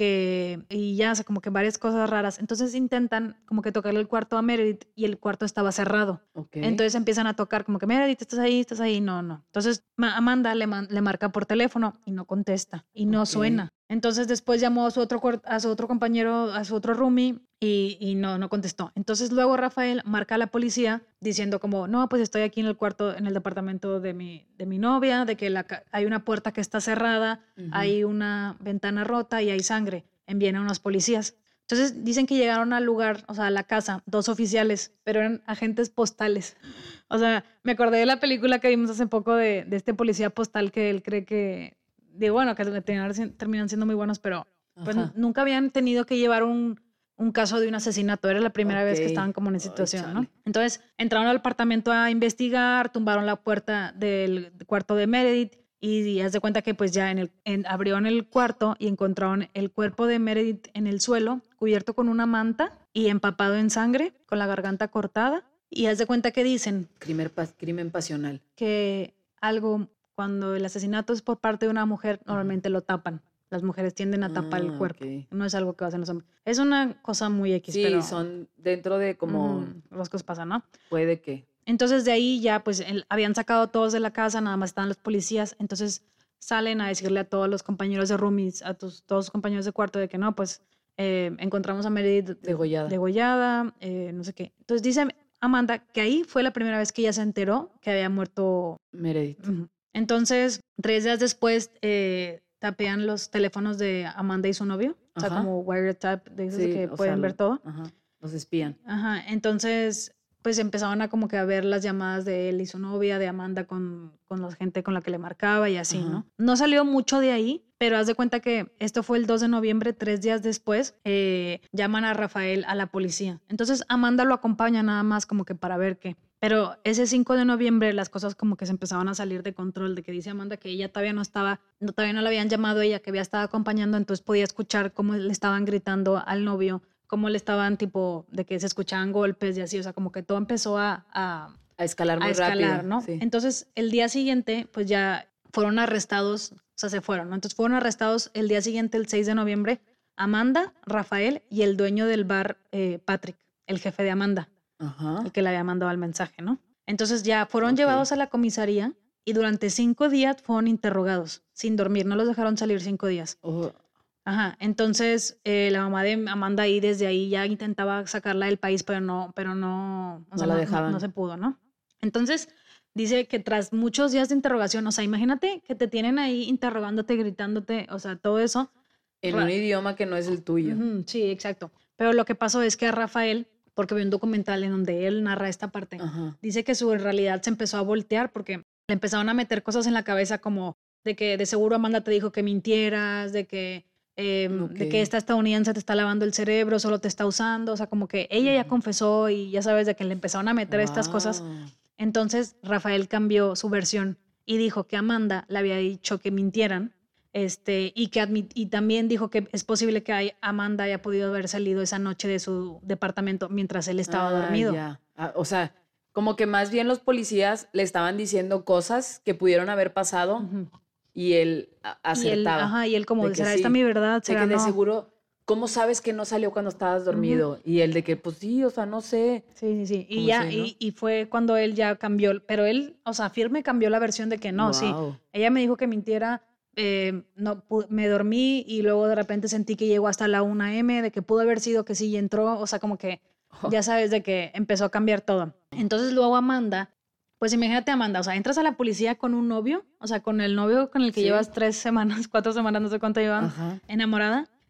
que y ya, o sea, como que varias cosas raras. Entonces intentan como que tocarle el cuarto a Meredith y el cuarto estaba cerrado. Okay. Entonces empiezan a tocar como que Meredith, ¿estás ahí? ¿Estás ahí? No, no. Entonces Amanda le, man, le marca por teléfono y no contesta y no okay. suena. Entonces después llamó a su otro, a su otro compañero, a su otro roomie y, y no, no contestó. Entonces luego Rafael marca a la policía diciendo como, no, pues estoy aquí en el cuarto, en el departamento de mi, de mi novia, de que la, hay una puerta que está cerrada, uh-huh. hay una ventana rota y hay sangre. Envían a unos policías. Entonces dicen que llegaron al lugar, o sea, a la casa, dos oficiales, pero eran agentes postales. O sea, me acordé de la película que vimos hace poco de, de este policía postal que él cree que, digo, bueno, que terminan, terminan siendo muy buenos, pero pues nunca habían tenido que llevar un, un caso de un asesinato. Era la primera okay. vez que estaban como en esa situación, oh, ¿no? Entonces entraron al apartamento a investigar, tumbaron la puerta del cuarto de Meredith y, y haz de cuenta que pues ya en el, en, abrieron el cuarto y encontraron el cuerpo de Meredith en el suelo, cubierto con una manta y empapado en sangre, con la garganta cortada. Y haz de cuenta que dicen... Crimen, crimen pasional. Que algo, cuando el asesinato es por parte de una mujer, normalmente uh-huh. lo tapan. Las mujeres tienden a tapar ah, el cuerpo. Okay. No es algo que hacen los hombres. Es una cosa muy X, sí, pero... Sí, son dentro de como... Uh-huh. Las cosas pasan, ¿no? Puede que... Entonces de ahí ya pues el, habían sacado a todos de la casa, nada más estaban los policías, entonces salen a decirle a todos los compañeros de roomies, a tus, todos los compañeros de cuarto de que no, pues eh, encontramos a Meredith degollada, degollada eh, no sé qué. Entonces dice Amanda que ahí fue la primera vez que ella se enteró que había muerto Meredith. Uh-huh. Entonces, tres días después eh, tapean los teléfonos de Amanda y su novio, ajá. o sea, como wiretap, de esos sí, que pueden sea, ver todo. Ajá. Los espían. Ajá, entonces... pues empezaron a como que a ver las llamadas de él y su novia, de Amanda con, con la gente con la que le marcaba y así, uh-huh. ¿no? No salió mucho de ahí, pero haz de cuenta que esto fue el dos de noviembre, tres días después, eh, llaman a Rafael a la policía. Entonces Amanda lo acompaña nada más como que para ver qué. Pero ese cinco de noviembre las cosas como que se empezaban a salir de control, de que dice Amanda que ella todavía no estaba, no, todavía no la habían llamado a ella, que había estado acompañando, entonces podía escuchar cómo le estaban gritando al novio, cómo le estaban tipo, de que se escuchaban golpes y así, o sea, como que todo empezó a... A, a escalar muy a escalar, rápido. ¿no? Sí. Entonces, el día siguiente, pues ya fueron arrestados, o sea, se fueron, ¿no? Entonces fueron arrestados el día siguiente, el seis de noviembre, Amanda, Rafael y el dueño del bar, eh, Patrick, el jefe de Amanda, Ajá. el que le había mandado el mensaje, ¿no? Entonces ya fueron Okay. llevados a la comisaría y durante cinco días fueron interrogados, sin dormir, no los dejaron salir cinco días. Oh. Ajá, entonces eh, la mamá de Amanda ahí desde ahí ya intentaba sacarla del país, pero no, pero no, o no sea, la no, dejaban. No, no se pudo, ¿no? Entonces dice que tras muchos días de interrogación, o sea, imagínate que te tienen ahí interrogándote, gritándote, o sea, todo eso. En Ra- un idioma que no es el tuyo. Uh-huh, sí, exacto. Pero lo que pasó es que a Rafael, porque vi un documental en donde él narra esta parte, Ajá. dice que su realidad se empezó a voltear porque le empezaron a meter cosas en la cabeza como de que de seguro Amanda te dijo que mintieras, de que Eh, okay. de que esta estadounidense te está lavando el cerebro, solo te está usando, o sea, como que ella ya confesó y ya sabes de que le empezaron a meter wow. estas cosas. Entonces Rafael cambió su versión y dijo que Amanda le había dicho que mintieran, este, y, que admit, y también dijo que es posible que hay, Amanda haya podido haber salido esa noche de su departamento mientras él estaba ah, dormido. Ya. Ah, o sea, como que más bien los policías le estaban diciendo cosas que pudieron haber pasado. Uh-huh. Y él acertaba. Y él, ajá, y él como, ¿será sí, esta mi verdad? ¿Será de que no? de seguro, ¿cómo sabes que no salió cuando estabas dormido? Uh-huh. Y él de que, pues sí, o sea, no sé. Sí, sí, sí. Y ya, sí, ¿no? y, y fue cuando él ya cambió, pero él, o sea, firme cambió la versión de que no, wow. sí. Ella me dijo que mintiera, eh, no, me dormí y luego de repente sentí que llegó hasta la una eme, de que pudo haber sido que sí y entró, o sea, como que, oh. ya sabes, de que empezó a cambiar todo. Entonces luego Amanda... Pues imagínate, Amanda, o sea, entras a la policía con un novio, o sea, con el novio con el que sí. llevas tres semanas, cuatro semanas, no sé cuánto llevan, Ajá. enamorada,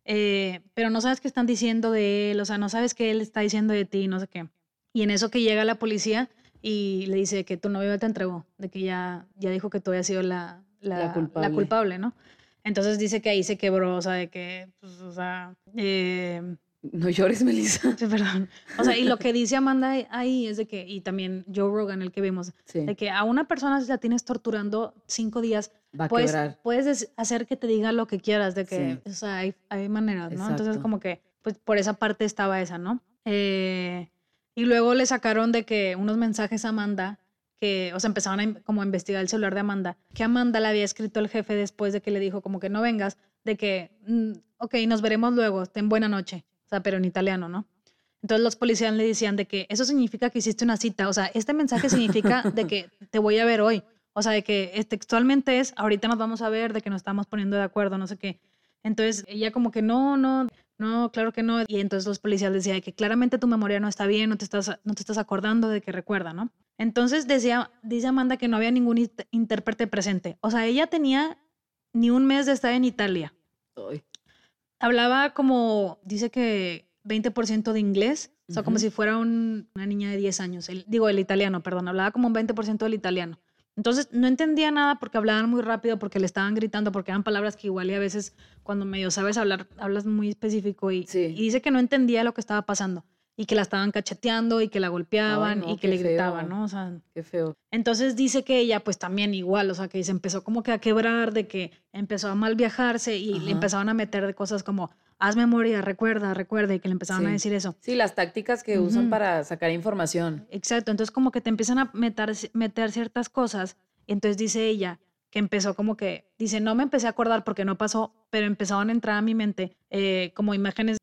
eh, pero no sabes qué están diciendo de él, o sea, no sabes qué él está diciendo de ti, no sé qué. Y en eso que llega la policía y le dice que tu novio te entregó, de que ya, ya dijo que tú habías sido la, la, La culpable. la culpable, ¿no? Entonces dice que ahí se quebró, o sea, de que, pues, o sea, eh, No llores, Melissa. sí, perdón. O sea, y lo que dice Amanda ahí es de que, y también Joe Rogan, el que vimos, Sí. de que a una persona si la tienes torturando cinco días, Va a puedes, quebrar. puedes hacer que te diga lo que quieras, de que, Sí. o sea, hay, hay maneras, ¿no? Entonces, Exacto. como que, pues por esa parte estaba esa, ¿no? Eh, y luego le sacaron de que unos mensajes a Amanda, que, o sea, empezaron a, in- como a investigar el celular de Amanda, que Amanda le había escrito el jefe después de que le dijo como que no vengas, de que, mm, ok, nos veremos luego, ten buena noche, o sea, pero en italiano, ¿no? Entonces los policías le decían de que eso significa que hiciste una cita, o sea, este mensaje significa de que te voy a ver hoy, o sea, de que eh, textualmente es, ahorita nos vamos a ver, de que nos estamos poniendo de acuerdo, no sé qué. Entonces ella como que no, no, no, claro que no. Y entonces los policías decían de que claramente tu memoria no está bien, no te estás, no te estás acordando de que recuerda, ¿no? Entonces decía, dice Amanda que no había ningún int- intérprete presente. O sea, ella tenía ni un mes de estar en Italia. Ay. Hablaba como, dice que veinte por ciento de inglés, o sea, como Ujú. si fuera un- una niña de diez años. El- digo, el italiano, perdón, hablaba como un veinte por ciento del italiano. Entonces, no entendía nada porque hablaban muy rápido, porque le estaban gritando, porque eran palabras que igual y a veces cuando medio sabes hablar, hablas muy específico y, Sí. y dice que no entendía lo que estaba pasando y que la estaban cacheteando y que la Ay, golpeaban y no, que qué le gritaban, feo. ¿no? O sea, Qué feo. entonces dice que ella pues también igual, o sea, que se empezó como que a quebrar, de que empezó a mal viajarse y le Ajá. empezaban a meter de cosas como, haz memoria, recuerda, recuerda, y que le empezaban a Sí. decir eso. Sí, las tácticas que usan Ujú. para sacar información. Exacto, entonces como que te empiezan a meter, meter ciertas cosas, y entonces dice ella que empezó como que, dice, no me empecé a acordar porque no pasó, pero empezaron a entrar a mi mente eh, como imágenes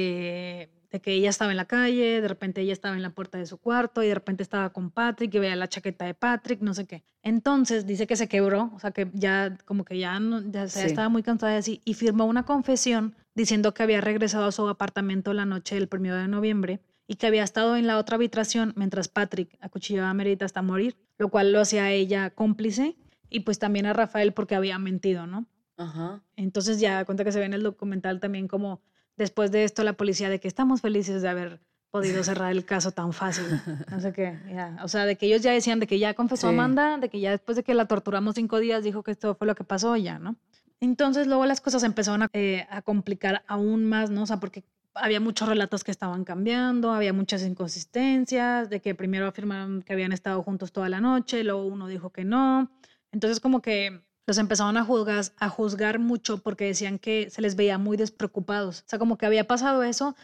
eh, de que ella estaba en la calle, de repente ella estaba en la puerta de su cuarto y de repente estaba con Patrick y veía la chaqueta de Patrick, no sé qué. Entonces dice que se quebró, o sea que ya como que ya, no, ya, o sea, ya Sí. estaba muy cansada de así y firmó una confesión diciendo que había regresado a su apartamento la noche del primero de noviembre y que había estado en la otra habitación mientras Patrick acuchillaba a Meredith hasta morir, lo cual lo hacía a ella cómplice y pues también a Rafael porque había mentido, ¿no? Ajá. Entonces ya cuenta que se ve en el documental también como después de esto la policía de que estamos felices de haber podido cerrar el caso tan fácil, no sé qué, ya. O sea, de que ellos ya decían de que ya confesó Sí. Amanda, de que ya después de que la torturamos cinco días dijo que esto fue lo que pasó y ya, ¿no? Entonces luego las cosas empezaron a, eh, a complicar aún más, ¿no? O sea, porque había muchos relatos que estaban cambiando, había muchas inconsistencias, de que primero afirmaron que habían estado juntos toda la noche, luego uno dijo que no. Entonces como que los empezaron a juzgar, a juzgar mucho porque decían que se les veía muy despreocupados. O sea, como que había pasado eso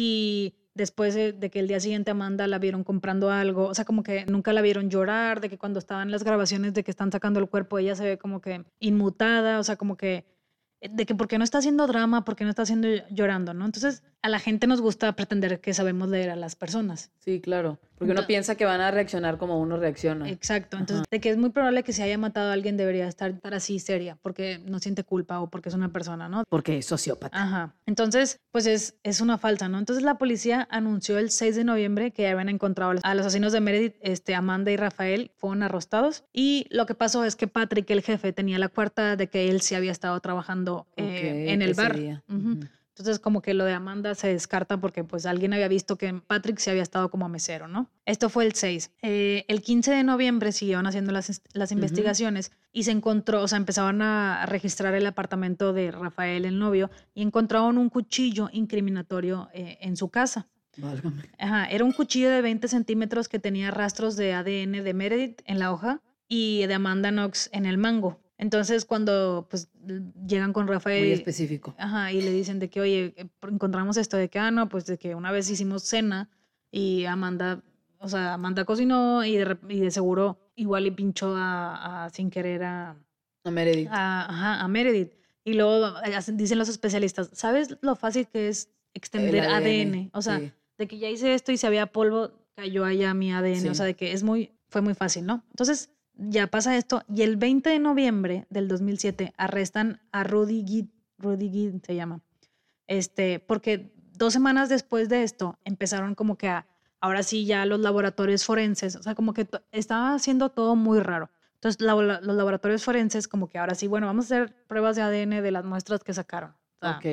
y después de, de que el día siguiente Amanda la vieron comprando algo, o sea, como que nunca la vieron llorar, de que cuando estaban las grabaciones de que están sacando el cuerpo, ella se ve como que inmutada, o sea, como que de que por qué no está haciendo drama, por qué no está haciendo llorando, ¿no? Entonces, a la gente nos gusta pretender que sabemos leer a las personas. Sí, claro. Porque uno Ento- piensa que van a reaccionar como uno reacciona. Exacto, entonces Ajá. de que es muy probable que si haya matado a alguien debería estar, estar así seria porque no siente culpa o porque es una persona, ¿no? Porque es sociópata. Ajá, entonces pues es, es una falsa, ¿no? Entonces la policía anunció el seis de noviembre que ya habían encontrado a los asesinos de Meredith, este, Amanda y Rafael fueron arrestados y lo que pasó es que Patrick, el jefe, tenía la cuarta de que él sí había estado trabajando eh, Ok, en el ese bar. día. Ujú. Ujú. Entonces como que lo de Amanda se descarta porque pues alguien había visto que Patrick sí había estado como mesero, ¿no? Esto fue el seis. Eh, el quince de noviembre siguieron haciendo las, las Ujú. investigaciones y se encontró, o sea, empezaron a registrar el apartamento de Rafael, el novio, y encontraron un cuchillo incriminatorio eh, en su casa. Válgame. Ajá, era un cuchillo de veinte centímetros que tenía rastros de A D N de Meredith en la hoja y de Amanda Knox en el mango. Entonces, cuando pues llegan con Muy Rafael específico. ajá, y le dicen de que, oye, eh, encontramos esto de que, ah, no, pues de que una vez hicimos cena y Amanda, o sea, Amanda cocinó y de, rep- y de seguro igual y pinchó a, a- sin querer a, A Meredith. a, ajá, a Meredith. Y luego eh, hacen- dicen los especialistas, ¿sabes lo fácil que es El extender A D N? A D N. O sea, Sí. de que ya hice esto y si había polvo, cayó allá mi A D N. O Sí. sea, de que es muy, fue muy fácil, ¿no? Entonces, ya pasa esto. Y el veinte de noviembre del dos mil siete arrestan a Rudy Gitt, Rudy Gitt se llama. Este, porque dos semanas después de esto empezaron como que a, ahora sí ya los laboratorios forenses, o sea, como que to- estaba haciendo todo muy raro. Entonces, la- la- los laboratorios forenses como que ahora sí, bueno, vamos a hacer pruebas de A D N de las muestras que sacaron. O sea, Ok.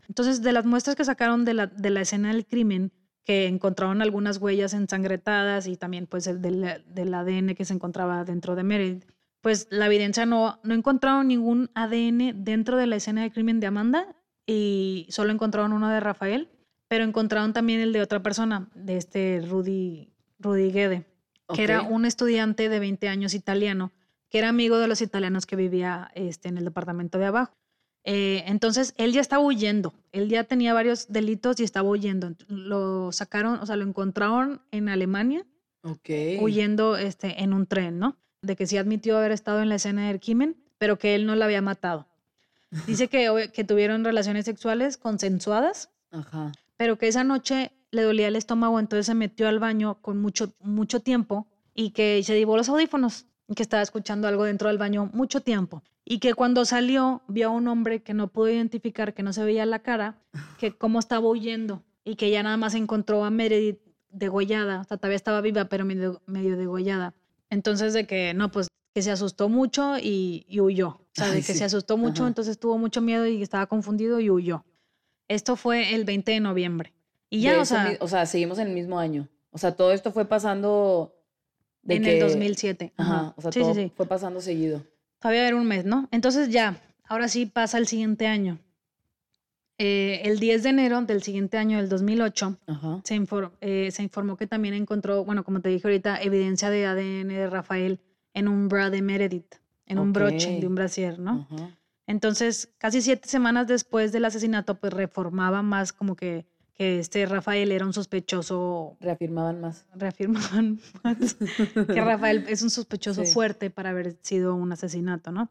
Entonces, de las muestras que sacaron de la, de la escena del crimen, que encontraron algunas huellas ensangrentadas y también pues el del, del A D N que se encontraba dentro de Meredith, pues la evidencia no, no encontraron ningún A D N dentro de la escena del crimen de Amanda y solo encontraron uno de Rafael, pero encontraron también el de otra persona, de este Rudy, Rudy Guede, que Ok. era un estudiante de veinte años italiano, que era amigo de los italianos que vivía este, en el departamento de abajo. Eh, entonces, él ya estaba huyendo. Él ya tenía varios delitos y estaba huyendo. Lo sacaron, o sea, lo encontraron en Alemania Ok. huyendo este, en un tren, ¿no? De que sí admitió haber estado en la escena del crimen, pero que él no la había matado. Dice que, obvio- que tuvieron relaciones sexuales consensuadas, Ajá. pero que esa noche le dolía el estómago, entonces se metió al baño con mucho, mucho tiempo y que se llevó los audífonos y que estaba escuchando algo dentro del baño mucho tiempo. Y que cuando salió vio a un hombre que no pudo identificar, que no se veía la cara, que cómo estaba huyendo y que ya nada más encontró a Meredith degollada, o sea, todavía estaba viva, pero medio, medio degollada. Entonces de que no, pues que se asustó mucho y, y huyó. O sea, de Ay, que sí. se asustó mucho, Ajá. entonces tuvo mucho miedo y estaba confundido y huyó. Esto fue el veinte de noviembre. Y De ya, o ese, mi- sea, o sea, seguimos en el mismo año. O sea, todo esto fue pasando de en el que, dos mil siete. ajá, Ajá. o sea, Sí, sí, todo sí. fue pasando seguido. Todavía era un mes, ¿no? Entonces ya, ahora sí pasa el siguiente año. Eh, el diez de enero del siguiente año, del dos mil ocho, Ajá. se, infor- eh, se informó que también encontró, bueno, como te dije ahorita, evidencia de A D N de Rafael en un bra de Meredith, en un Ok. broche de un brasier, ¿no? Ajá. Entonces, casi siete semanas después del asesinato, pues reformaba más como que, que este Rafael era un sospechoso, Reafirmaban más. reafirmaban más que Rafael es un sospechoso Sí. fuerte para haber sido un asesinato, ¿no?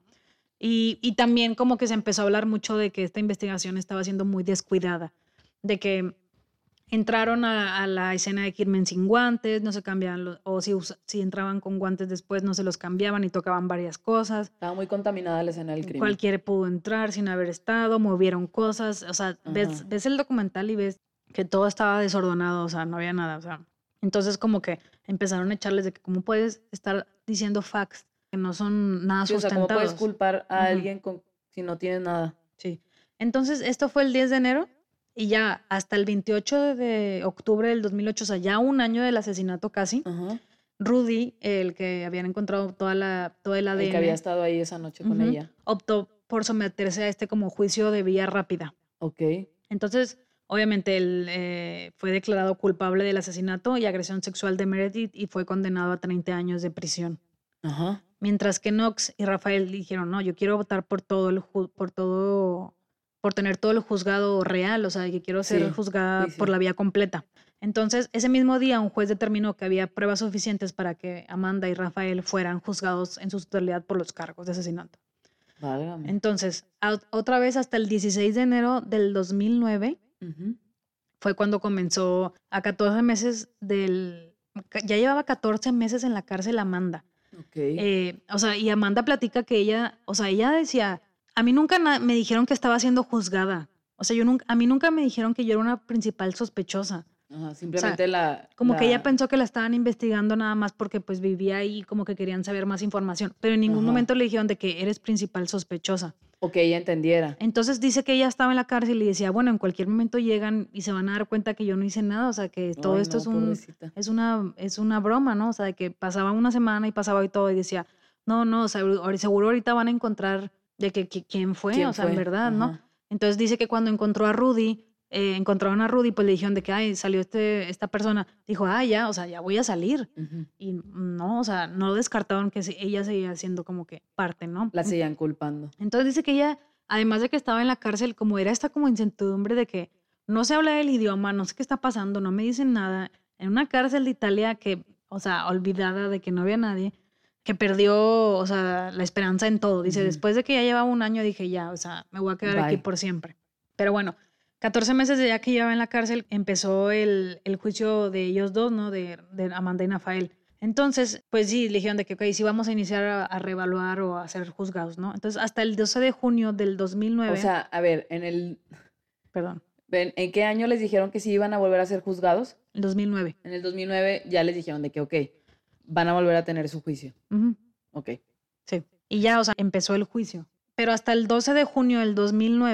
Y, y también como que se empezó a hablar mucho de que esta investigación estaba siendo muy descuidada, de que entraron a, a la escena de crimen sin guantes, no se cambiaban los, o si, usa- si entraban con guantes después no se los cambiaban y tocaban varias cosas. Estaba muy contaminada la escena del crimen. Cualquiera pudo entrar sin haber estado, movieron cosas, o sea, ves, Ajá. ves el documental y ves que todo estaba desordenado, o sea, no había nada, o sea. Entonces como que empezaron a echarles de que cómo puedes estar diciendo facts que no son nada Sí, o sea, ¿cómo puedes sustentados. culpar a Ujú. alguien con, si no tienes nada? Sí. Entonces, esto fue el diez de enero y ya hasta el veintiocho de octubre del dos mil ocho, o sea, ya un año del asesinato casi, Ajá. Rudy, el que habían encontrado toda la, todo el El que había A D N, estado ahí esa noche con ujú, ella. optó por someterse a este como juicio de vía rápida. Ok. Entonces, obviamente, él eh, fue declarado culpable del asesinato y agresión sexual de Meredith y fue condenado a treinta años de prisión. Ajá. Mientras que Knox y Rafael dijeron, no, yo quiero votar por todo el ju- por todo, por tener todo el juzgado real, o sea, que quiero ser Sí, juzgada sí, sí. por la vía completa. Entonces, ese mismo día, un juez determinó que había pruebas suficientes para que Amanda y Rafael fueran juzgados en su totalidad por los cargos de asesinato. Válgame. Entonces, a- otra vez hasta el dieciséis de enero del dos mil nueve Ujú. fue cuando comenzó a catorce meses del... Ya llevaba catorce meses en la cárcel Amanda. Ok. Eh, o sea, y Amanda platica que ella, o sea, ella decía, a mí nunca na- me dijeron que estaba siendo juzgada. O sea, yo nunca, a mí nunca me dijeron que yo era una principal sospechosa. Ajá, simplemente la, Como que ella la... pensó que la estaban investigando nada más porque pues vivía ahí, como que querían saber más información, pero en ningún Ajá. momento le dijeron de que eres principal sospechosa. O que ella entendiera. Entonces dice que ella estaba en la cárcel y decía, bueno, en cualquier momento llegan y se van a dar cuenta que yo no hice nada, o sea, que todo Ay, esto no, es un pobrecita. es una es una broma, ¿no? O sea, de que pasaba una semana y pasaba y todo y decía, no, no, o sea, ahori- seguro ahorita van a encontrar de que, que- quién fue, ¿Quién o sea, en fue? verdad, ¿no? Ajá. Entonces dice que cuando encontró a Rudy, eh, encontraron a Rudy, pues le dijeron de que, ay, salió este, esta persona, dijo, ah, ya, o sea, ya voy a salir. Ujú. Y no, o sea, no descartaron que se- ella seguía siendo como que parte, ¿no? La seguían culpando. Entonces dice que ella, además de que estaba en la cárcel, como era esta como incertidumbre de que no se habla el idioma, no sé qué está pasando, no me dicen nada, en una cárcel de Italia que, o sea, olvidada de que no había nadie, que perdió, o sea, la esperanza en todo. Dice, Ujú. después de que ya llevaba un año, dije, ya, o sea, me voy a quedar aquí Bye. por siempre. Pero bueno, catorce meses de ya que llevaba en la cárcel, empezó el, el juicio de ellos dos, ¿no? De, de Amanda y Rafael. Entonces, pues sí, le dijeron de que, ok, sí vamos a iniciar a, a reevaluar o a ser juzgados, ¿no? Entonces, hasta el doce de junio del dos mil nueve, O sea, a ver, en el... perdón, ¿En, en qué año les dijeron que sí iban a volver a ser juzgados? el dos mil nueve. En el dos mil nueve ya les dijeron de que, ok, van a volver a tener su juicio. Ujú, Ok. sí. Y ya, o sea, empezó el juicio. Pero hasta el doce de junio del dos mil nueve,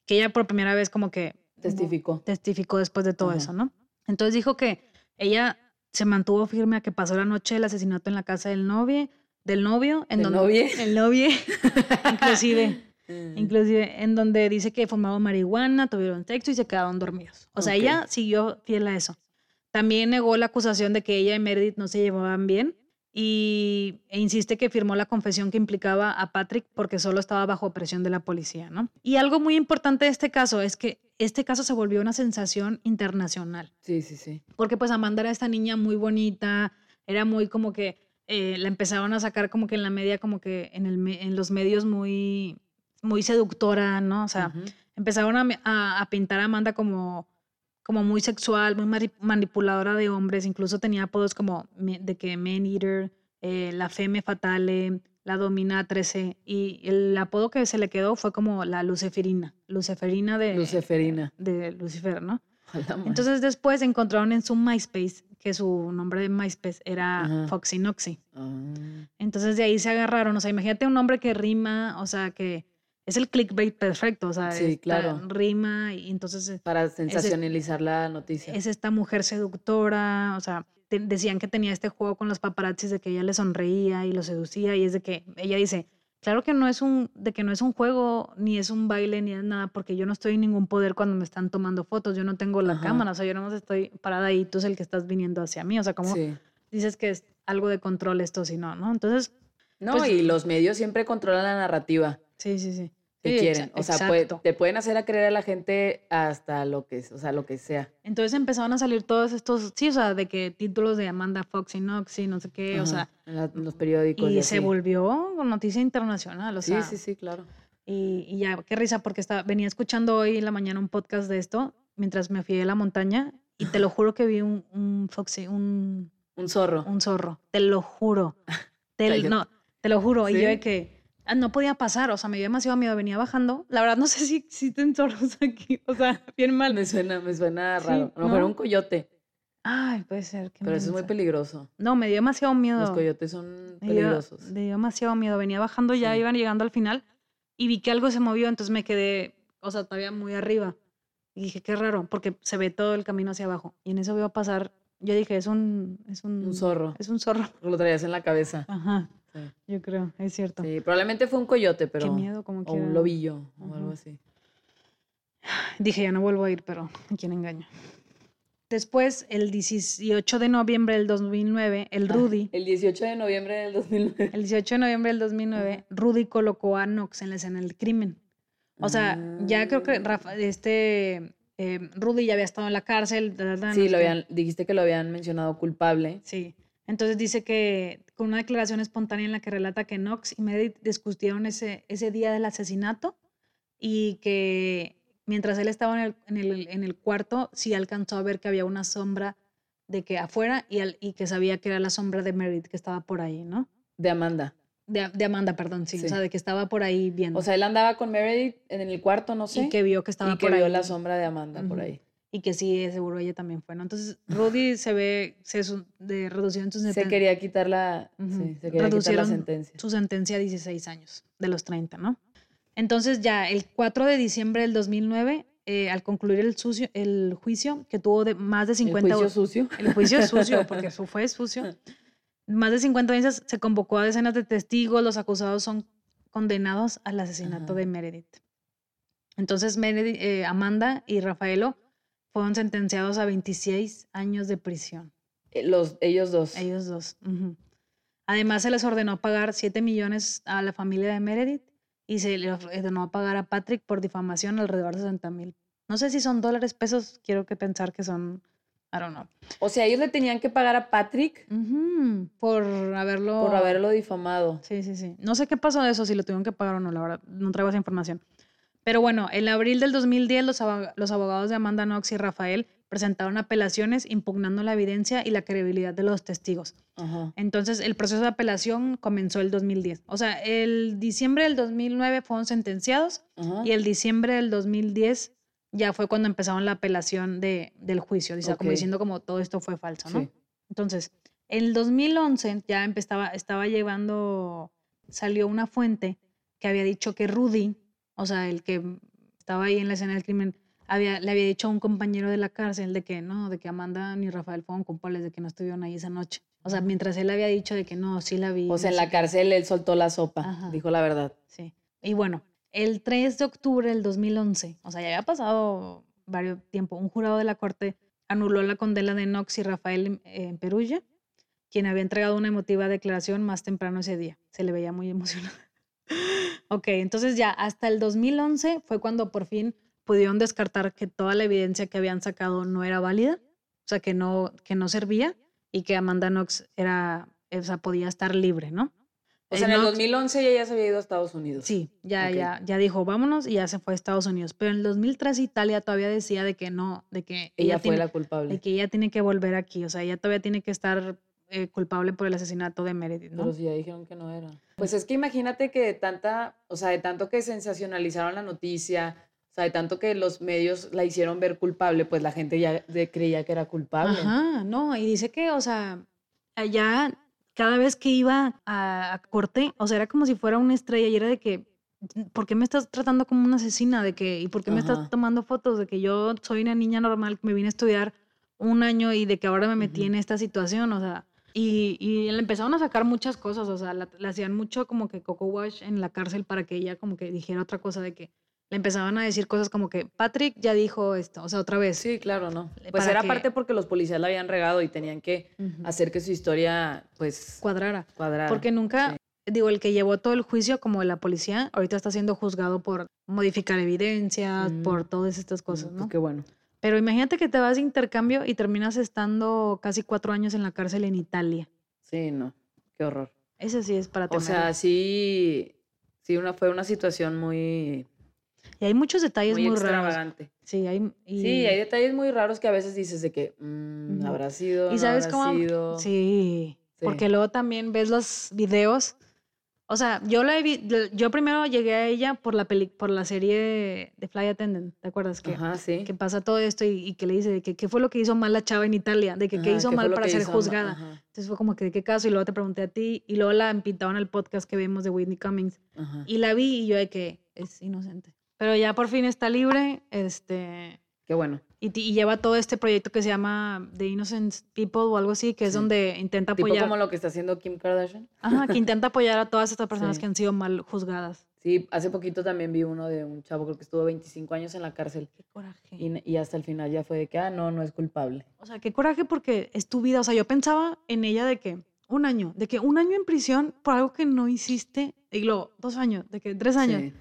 que ella por primera vez como que testificó. Testificó después de todo Ajá. eso, ¿no? Entonces dijo que ella se mantuvo firme a que pasó la noche del asesinato en la casa del novio, del novio, en ¿Del donde novio? el novio, inclusive, inclusive en donde dice que fumaban marihuana, tuvieron sexo y se quedaron dormidos. O sea, okay. ella siguió fiel a eso. También negó la acusación de que ella y Meredith no se llevaban bien y e insiste que firmó la confesión que implicaba a Patrick porque solo estaba bajo presión de la policía, ¿no? Y algo muy importante de este caso es que este caso se volvió una sensación internacional. Sí, sí, sí. Porque pues Amanda era esta niña muy bonita, era muy como que eh, la empezaron a sacar como que en la media, como que en, el, en los medios muy, muy seductora, ¿no? O sea, uh-huh. empezaron a, a, a pintar a Amanda como... como muy sexual, muy manipuladora de hombres, incluso tenía apodos como de que Man Eater, eh, la Femme Fatale, la Dominatrix, y el apodo que se le quedó fue como la Luciferina, Luciferina de, Luciferina. de Lucifer, ¿no? Entonces después encontraron en su MySpace, que su nombre de MySpace era Ajá. Foxy Noxy. Uh. Entonces de ahí se agarraron, o sea, imagínate un nombre que rima, o sea, que... es el clickbait perfecto, o sea, sí, claro. rima y entonces... Para sensacionalizar es, la noticia. Es esta mujer seductora, o sea, te, decían que tenía este juego con los paparazzis de que ella le sonreía y lo seducía y es de que ella dice, claro que no es un, de que no es un juego, ni es un baile, ni es nada, porque yo no estoy en ningún poder cuando me están tomando fotos, yo no tengo la Ajá. cámara, o sea, yo no estoy parada ahí, tú eres el que estás viniendo hacia mí, o sea, como sí. dices que es algo de control esto, si no, ¿no? Entonces... No, pues, y los medios siempre controlan la narrativa. Sí, sí, sí. Que sí, quieren, o sea, puede, te pueden hacer a creer a la gente hasta lo que, o sea, lo que sea. Entonces empezaron a salir todos estos, sí, o sea, de que títulos de Amanda Foxy Noxy, no sé qué, Ajá, o sea, en, la, en los periódicos y, y se así. volvió noticia internacional, o sí, sea. Sí, sí, sí, claro. Y, y ya, qué risa, porque estaba, venía escuchando hoy en la mañana un podcast de esto, mientras me fui a la montaña, y te lo juro que vi un, un Foxy, un... Un zorro. Un zorro, te lo juro. Te, no, te lo juro, ¿Sí? Y yo de que... no podía pasar, o sea, me dio demasiado miedo, venía bajando. La verdad, no sé si existen zorros aquí, o sea, bien mal. Me suena, me suena Sí, raro. A lo mejor ¿no? un coyote. Ay, puede ser. Qué Pero eso es muy peligroso. No, me dio demasiado miedo. Los coyotes son me peligrosos. Dio, me dio demasiado miedo. Venía bajando ya, Sí. iban llegando al final y vi que algo se movió, entonces me quedé, o sea, todavía muy arriba. Y dije, qué raro, porque se ve todo el camino hacia abajo. Y en eso veo pasar, yo dije, es un... Es un, un zorro. Es un zorro. Lo traías en la cabeza. Ajá. Sí. Yo creo, es cierto. Sí, probablemente fue un coyote, pero... Qué miedo, como que... O un lobillo, uh-huh. o algo así. Dije, ya no vuelvo a ir, pero ¿a quién engaño? Después, el dieciocho de noviembre del dos mil nueve, el Rudy... Ah, el dieciocho de noviembre del dos mil nueve. El dieciocho de noviembre del dos mil nueve, uh-huh. Rudy colocó a Knox en la escena del crimen. O sea, uh-huh. ya creo que Rafa, este... Eh, Rudy ya había estado en la cárcel. Da, da, sí, no lo habían, dijiste que lo habían mencionado culpable. Sí. Entonces dice que con una declaración espontánea en la que relata que Knox y Meredith discutieron ese, ese día del asesinato y que mientras él estaba en el, en el, en el cuarto sí alcanzó a ver que había una sombra de que afuera y, al, y que sabía que era la sombra de Meredith que estaba por ahí, ¿no? De Amanda. De, de Amanda, perdón, sí, sí. O sea, de que estaba por ahí viendo. O sea, él andaba con Meredith en el cuarto, no sé. Y que vio que estaba y que por ahí. vio la sombra de Amanda uh-huh. por ahí. Y que sí, seguro ella también fue, ¿no? Entonces, Rudy se ve, se de, reducieron su sentencia. Se quería quitar la, uh-huh. sí, se quería quitar la sentencia. Su sentencia a dieciséis años, de los treinta, ¿no? Entonces, ya el cuatro de diciembre del dos mil nueve, eh, al concluir el, sucio, el juicio, que tuvo de más de cincuenta... ¿El juicio sucio? El juicio sucio, porque eso fue sucio. Más de cincuenta veces se convocó a decenas de testigos, los acusados son condenados al asesinato uh-huh. de Meredith. Entonces, Meredith, eh, Amanda y Rafaelo fueron sentenciados a veintiséis años de prisión. Los, ellos dos. Ellos dos. Uh-huh. Además, se les ordenó pagar siete millones a la familia de Meredith y se les ordenó pagar a Patrick por difamación alrededor de sesenta mil. No sé si son dólares, pesos, quiero que pensar que son, I don't know. O sea, ellos le tenían que pagar a Patrick uh-huh. por haberlo... Por haberlo difamado. Sí, sí, sí. No sé qué pasó de eso, si lo tuvieron que pagar o no, la verdad, no traigo esa información. Pero bueno, en abril del dos mil diez, los, abog- los abogados de Amanda Knox y Rafael presentaron apelaciones impugnando la evidencia y la credibilidad de los testigos. Uh-huh. Entonces, el proceso de apelación comenzó el dos mil diez. O sea, el diciembre del dos mil nueve fueron sentenciados uh-huh. y el diciembre del dos mil diez ya fue cuando empezaron la apelación de, del juicio. O sea, okay. como diciendo como todo esto fue falso, ¿no? Sí. Entonces, en el dos mil once ya empezaba, estaba llevando, salió una fuente que había dicho que Rudy, o sea, el que estaba ahí en la escena del crimen, había, le había dicho a un compañero de la cárcel de que no, de que Amanda ni Rafael fueron culpables, de que no estuvieron ahí esa noche. O sea, mientras él había dicho de que no, sí la vi. O sea, no en sé la qué. cárcel él soltó la sopa, Ajá. dijo la verdad. Sí. Y bueno, el tres de octubre del dos mil once, o sea, ya había pasado varios tiempo, un jurado de la corte anuló la condena de Knox y Rafael eh, Perulla, quien había entregado una emotiva declaración más temprano ese día. Se le veía muy emocionado. Ok, entonces ya hasta el dos mil once fue cuando por fin pudieron descartar que toda la evidencia que habían sacado no era válida, o sea, que no, que no servía y que Amanda Knox era, o sea, podía estar libre, ¿no? O sea, Eh, en el Knox- dos mil once ella ya se había ido a Estados Unidos. Sí, ya, Ok. ya, ya dijo, vámonos y ya se fue a Estados Unidos. Pero en el dos mil tres Italia todavía decía de que no, de que Ella ella, fue tiene, la culpable. de que ella tiene que volver aquí. O sea, ella todavía tiene que estar eh, culpable por el asesinato de Meredith, ¿no? Pero si ya dijeron que no era. Pues es que imagínate que de tanta, o sea, de tanto que sensacionalizaron la noticia, o sea, de tanto que los medios la hicieron ver culpable, pues la gente ya de- creía que era culpable. Ajá, no, y dice que, o sea, allá cada vez que iba a, a corte, o sea, era como si fuera una estrella y era de que, ¿por qué me estás tratando como una asesina? De que, ¿y por qué me estás Ajá. tomando fotos? De que yo soy una niña normal que me vine a estudiar un año y de que ahora me metí Ujú. en esta situación, o sea, y, y le empezaron a sacar muchas cosas, o sea, la- le hacían mucho como que coco wash en la cárcel para que ella como que dijera otra cosa de que le empezaban a decir cosas como que Patrick ya dijo esto, o sea, otra vez. Sí, claro, no. Eh, Pues para era que- parte porque los policías la habían regado y tenían que Ujú. hacer que su historia, pues, Cuadrara. cuadrara. Porque nunca, digo, el que llevó todo el juicio, como la policía, ahorita está siendo juzgado por modificar evidencias, Mm. por todas estas cosas, Mm, ¿no? Pues qué bueno. Pero imagínate que te vas de intercambio y terminas estando casi cuatro años en la cárcel en Italia. Sí, no. Qué horror. Ese sí es para O temerlo. sea, sí, sí una, fue una situación muy, Y hay muchos detalles muy muy, raros. extravagante. Sí, hay... Y... Sí, hay detalles muy raros que a veces dices de que mm, Ujú. habrá sido, ¿Y no sabes habrá cómo? sido. Sí, Sí. porque luego también ves los videos. O sea, yo la he vi- yo primero llegué a ella por la peli, por la serie de Fly Attendant, ¿te acuerdas? Que, Ajá, sí. que pasa todo esto y, y que le dice de que qué fue lo que hizo mal la chava en Italia, de que qué Ajá, hizo ¿qué fue mal lo para que ser hizo ma- juzgada. ajá. Entonces fue como que de qué caso y luego te pregunté a ti y luego la invitaban al podcast que vimos de Whitney Cummings Ajá. y la vi y yo de que es inocente. Pero ya por fin está libre, este, Qué bueno. y, ti- y lleva todo este proyecto que se llama The Innocent People o algo así, que es Sí. donde intenta Tipo apoyar, como lo que está haciendo Kim Kardashian. ajá, que intenta apoyar a todas estas personas Sí. que han sido mal juzgadas. Sí, hace poquito también vi uno de un chavo, creo que estuvo veinticinco años en la cárcel. Qué coraje. Y, y hasta el final ya fue de que, ah, no, no es culpable. O sea, qué coraje porque es tu vida. O sea, yo pensaba en ella de que un año, de que un año en prisión por algo que no hiciste, y luego dos años, de que tres años. Sí.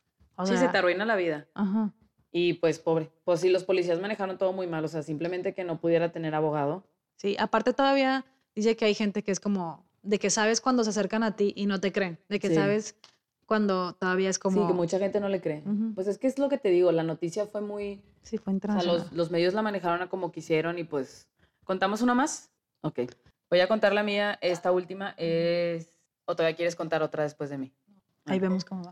O Sí, sea, se te arruina la vida. ajá. Y pues, pobre. Pues sí, los policías manejaron todo muy mal. O sea, simplemente que no pudiera tener abogado. Sí, aparte todavía dice que hay gente que es como, de que sabes cuando se acercan a ti y no te creen, de que Sí. sabes cuando todavía es como... Sí, que mucha gente no le cree. Ujú. Pues es que es lo que te digo, la noticia fue muy... Sí, fue O sea, internacional. los, los medios la manejaron a como quisieron y pues... ¿Contamos una más? Ok. Voy a contar la mía. Esta última es... ¿O todavía quieres contar otra después de mí? Ahí Ah. vemos cómo va.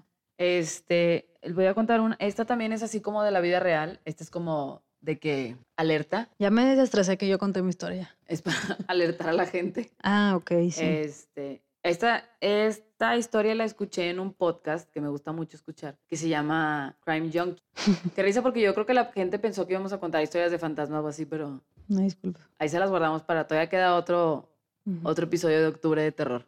Este, voy a contar una. Esta también es así como de la vida real. Esta es como de que alerta. Ya me desestresé que yo conté mi historia. Es para alertar a la gente. Ah, ok, sí. Este, esta, esta historia la escuché en un podcast que me gusta mucho escuchar, que se llama Crime Junkie. Qué risa porque yo creo que la gente pensó que íbamos a contar historias de fantasmas o así, pero No, disculpa. ahí se las guardamos para todavía queda otro, Ujú. otro episodio de octubre de terror.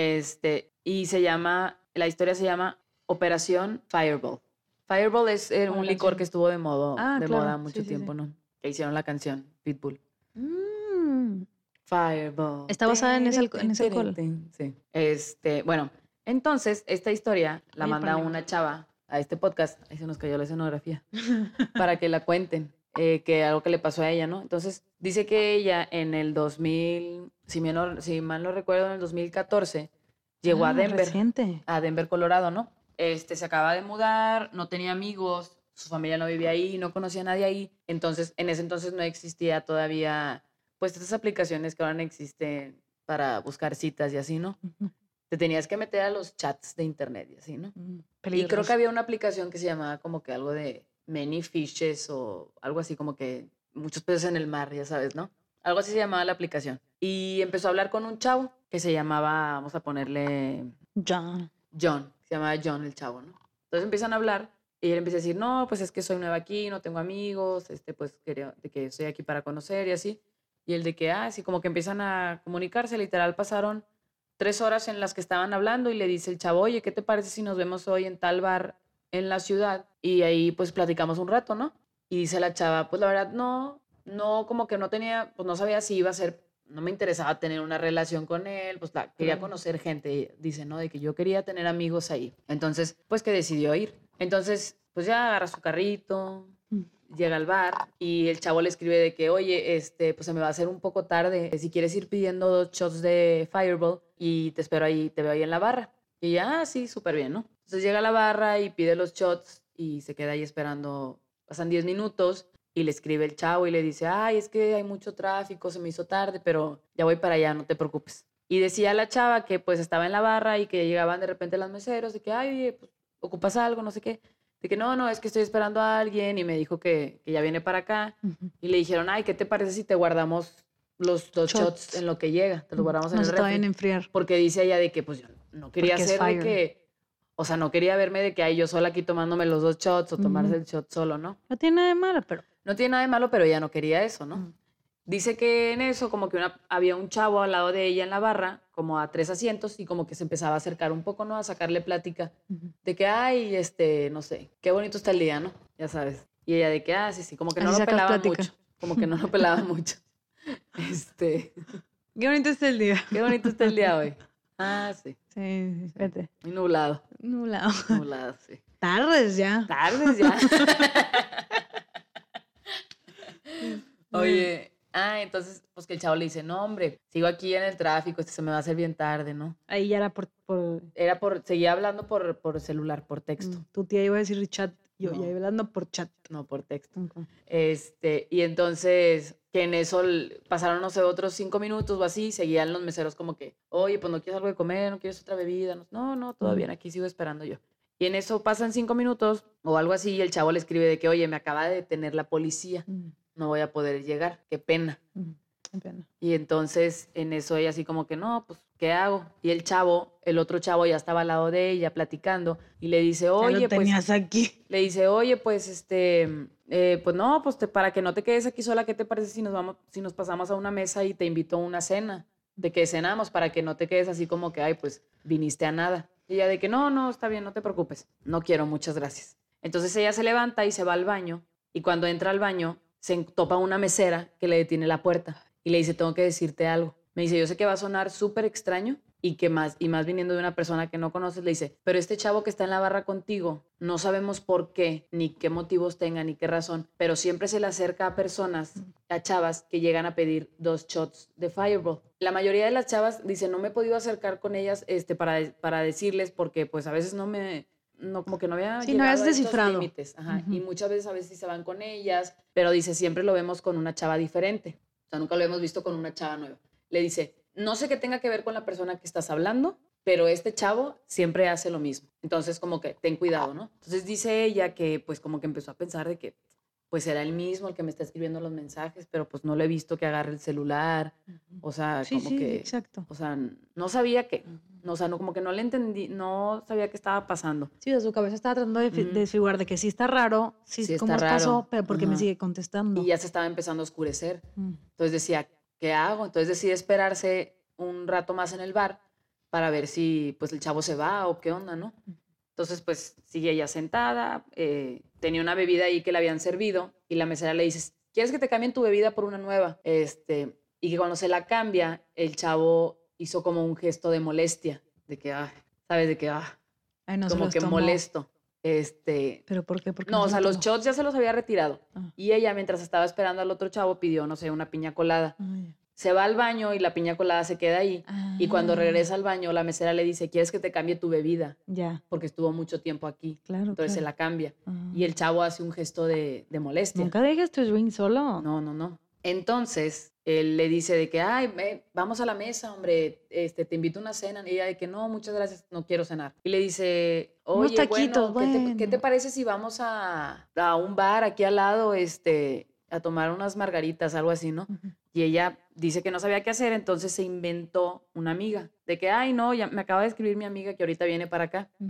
Este, y se llama, la historia se llama Operación Fireball. Fireball es eh, un Como la licor canción. que estuvo de moda, Ah, de claro. moda Sí, mucho sí, tiempo, sí. ¿no? Que hicieron la canción Pitbull. Mm. Fireball. Está basada en ese alco- en ese alcohol. Sí. Este, bueno, entonces esta historia la Oye, manda pero yo- una chava a este podcast. Ahí se nos cayó la escenografía. Para que la cuenten. eh, que algo que le pasó a ella, ¿no? Entonces, dice que ella en el dos mil, si, me no- si mal no recuerdo, en el dos mil catorce, llegó a Ah, Denver. reciente. A Denver, Colorado, ¿no? Este, se acaba de mudar, no tenía amigos, su familia no vivía ahí, no conocía a nadie ahí. Entonces, en ese entonces no existía todavía, pues, estas aplicaciones que ahora existen para buscar citas y así, ¿no? Ujú. Te tenías que meter a los chats de internet y así, ¿no? Mm, Y creo peligroso. que había una aplicación que se llamaba como que algo de Many Fishes o algo así como que muchos peces en el mar, ya sabes, ¿no? Algo así se llamaba la aplicación. Y empezó a hablar con un chavo que se llamaba, vamos a ponerle John. John, se llamaba John el chavo, ¿no? Entonces empiezan a hablar Y él empieza a decir, no, pues es que soy nueva aquí, no tengo amigos, este, pues quería, de que estoy aquí para conocer y así. Y el de que, ah, sí, como que empiezan a comunicarse, literal pasaron tres horas en las que estaban hablando y le dice el chavo, oye, ¿qué te parece si nos vemos hoy en tal bar en la ciudad? Y ahí pues platicamos un rato, ¿no? Y dice la chava, pues la verdad no, no, como que no tenía, pues no sabía si iba a ser, no me interesaba tener una relación con él, pues la, quería conocer gente, dice, ¿no? De que yo quería tener amigos ahí. Entonces, pues que decidió ir. Entonces, pues ya agarra su carrito, llega al bar y el chavo le escribe de que, oye, este, pues se me va a hacer un poco tarde, si quieres ir pidiendo dos shots de Fireball y te espero ahí, te veo ahí en la barra. Y ya, ah, sí, súper bien, ¿no? Entonces llega a la barra y pide los shots y se queda ahí esperando. Pasan diez minutos y le escribe el chavo y le dice, ay, es que hay mucho tráfico, se me hizo tarde, pero ya voy para allá, no te preocupes. Y decía la chava que pues estaba en la barra y que llegaban de repente los meseros de que, ay, pues, ¿ocupas algo? No sé qué. De que no, no, es que estoy esperando a alguien y me dijo que, que ya viene para acá. Uh-huh. Y le dijeron, ay, ¿qué te parece si te guardamos los dos shots, shots en lo que llega? Te los guardamos uh-huh. en no el refri. No se en enfriar. Porque dice ella de que pues yo no quería Porque hacer de que, o sea, no quería verme de que ay, yo sola aquí tomándome los dos shots o tomarse uh-huh. el shot solo, ¿no? No tiene nada de malo, pero... No tiene nada de malo, pero ella no quería eso, ¿no? Uh-huh. Dice que en eso como que una, había un chavo al lado de ella en la barra, como a tres asientos, y como que se empezaba a acercar un poco, ¿no? A sacarle plática uh-huh. de que, ay, este, no sé, qué bonito está el día, ¿no? Ya sabes. Y ella de que, ah, sí, sí, como que no Así lo pelaba plática. mucho. Como que no lo pelaba mucho. Este... Qué bonito está el día. Qué bonito está el día hoy. Ah, sí. Sí, fíjate. Muy nublado. Nublado. Nublado, sí. Tardes ya. Tardes ya. Oye... Ah, entonces, pues que el chavo le dice, no, hombre, sigo aquí en el tráfico, este se me va a hacer bien tarde, ¿no? Ahí ya era por... por... Era por, seguía hablando por, por celular, por texto. Mm, tu tía iba a decir chat, yo no. ya iba hablando por chat. No, por texto. Okay. Este, y entonces, que en eso pasaron, no sé, otros cinco minutos o así, seguían los meseros como que, oye, pues no quieres algo de comer, no quieres otra bebida, no, no, todo mm. bien, aquí sigo esperando yo. Y en eso pasan cinco minutos o algo así y el chavo le escribe de que, oye, me acaba de detener la policía. Mm. No voy a poder llegar, qué pena. Mm, qué pena. Y entonces en eso ella así como que, no, pues, ¿qué hago? Y el chavo, el otro chavo ya estaba al lado de ella platicando y le dice, oye, ya lo tenías pues... aquí. Le dice, oye, pues, este, eh, pues no, pues te, para que no te quedes aquí sola, ¿qué te parece si nos vamos, si nos pasamos a una mesa y te invito a una cena? De que cenamos para que no te quedes así como que, ay, pues, viniste a nada. Y ella de que, no, no, está bien, no te preocupes. No quiero, muchas gracias. Entonces ella se levanta y se va al baño y cuando entra al baño se topa una mesera que le detiene la puerta y le dice, tengo que decirte algo. Me dice, yo sé que va a sonar súper extraño y que más, y más viniendo de una persona que no conoces, le dice, pero este chavo que está en la barra contigo, no sabemos por qué, ni qué motivos tenga, ni qué razón, pero siempre se le acerca a personas, a chavas, que llegan a pedir dos shots de Fireball. La mayoría de las chavas, dice, no me he podido acercar con ellas este, para, para decirles porque pues a veces no me... No, como que no había sí, llegado no a estos límites. Ajá. Uh-huh. Y muchas veces a veces sí se van con ellas, pero dice, siempre lo vemos con una chava diferente. O sea, nunca lo hemos visto con una chava nueva. Le dice, no sé qué tenga que ver con la persona que estás hablando, pero este chavo siempre hace lo mismo. Entonces, como que ten cuidado, ¿no? Entonces dice ella que pues como que empezó a pensar de que pues era el mismo el que me está escribiendo los mensajes, pero pues no lo he visto que agarre el celular. Uh-huh. O sea, sí, como sí, que... exacto. O sea, no sabía que... No, o sea, no, como que no le entendí, no sabía qué estaba pasando. Sí, de su cabeza estaba tratando de, mm. de desfigurar de que sí está raro, sí, sí cómo está pasó, pero ¿por qué me sigue contestando? Y ya se estaba empezando a oscurecer. Mm. Entonces decía, ¿qué hago? Entonces decide esperarse un rato más en el bar para ver si pues el chavo se va o qué onda, ¿no? Entonces pues sigue ella sentada, eh, tenía una bebida ahí que le habían servido y la mesera le dice, ¿quieres que te cambien tu bebida por una nueva? Este, y que cuando se la cambia, el chavo hizo como un gesto de molestia, de que, ah, ¿sabes? De que, ah, Ay, no como que tomó. molesto. Este, ¿Pero por qué? ¿Por qué no, no o sea, los shots ya se los había retirado. Ah. Y ella, mientras estaba esperando al otro chavo, pidió, no sé, una piña colada. Ay. Se va al baño y la piña colada se queda ahí. Ah. Y cuando regresa al baño, la mesera le dice, ¿quieres que te cambie tu bebida? Ya. Porque estuvo mucho tiempo aquí. Claro, Entonces claro. se la cambia. Ah. Y el chavo hace un gesto de, de molestia. Nunca dejes tu drink solo. No, no, no. Entonces, él le dice de que, ay, ve, vamos a la mesa, hombre, este, te invito a una cena. Y ella de que, no, muchas gracias, no quiero cenar. Y le dice, oye, taquitos, bueno, ¿qué, bueno. te, ¿qué te parece si vamos a, a un bar aquí al lado, este, a tomar unas margaritas, algo así, ¿no? Uh-huh. Y ella dice que no sabía qué hacer, entonces se inventó una amiga. De que, ay, no, ya me acaba de escribir mi amiga que ahorita viene para acá. Uh-huh.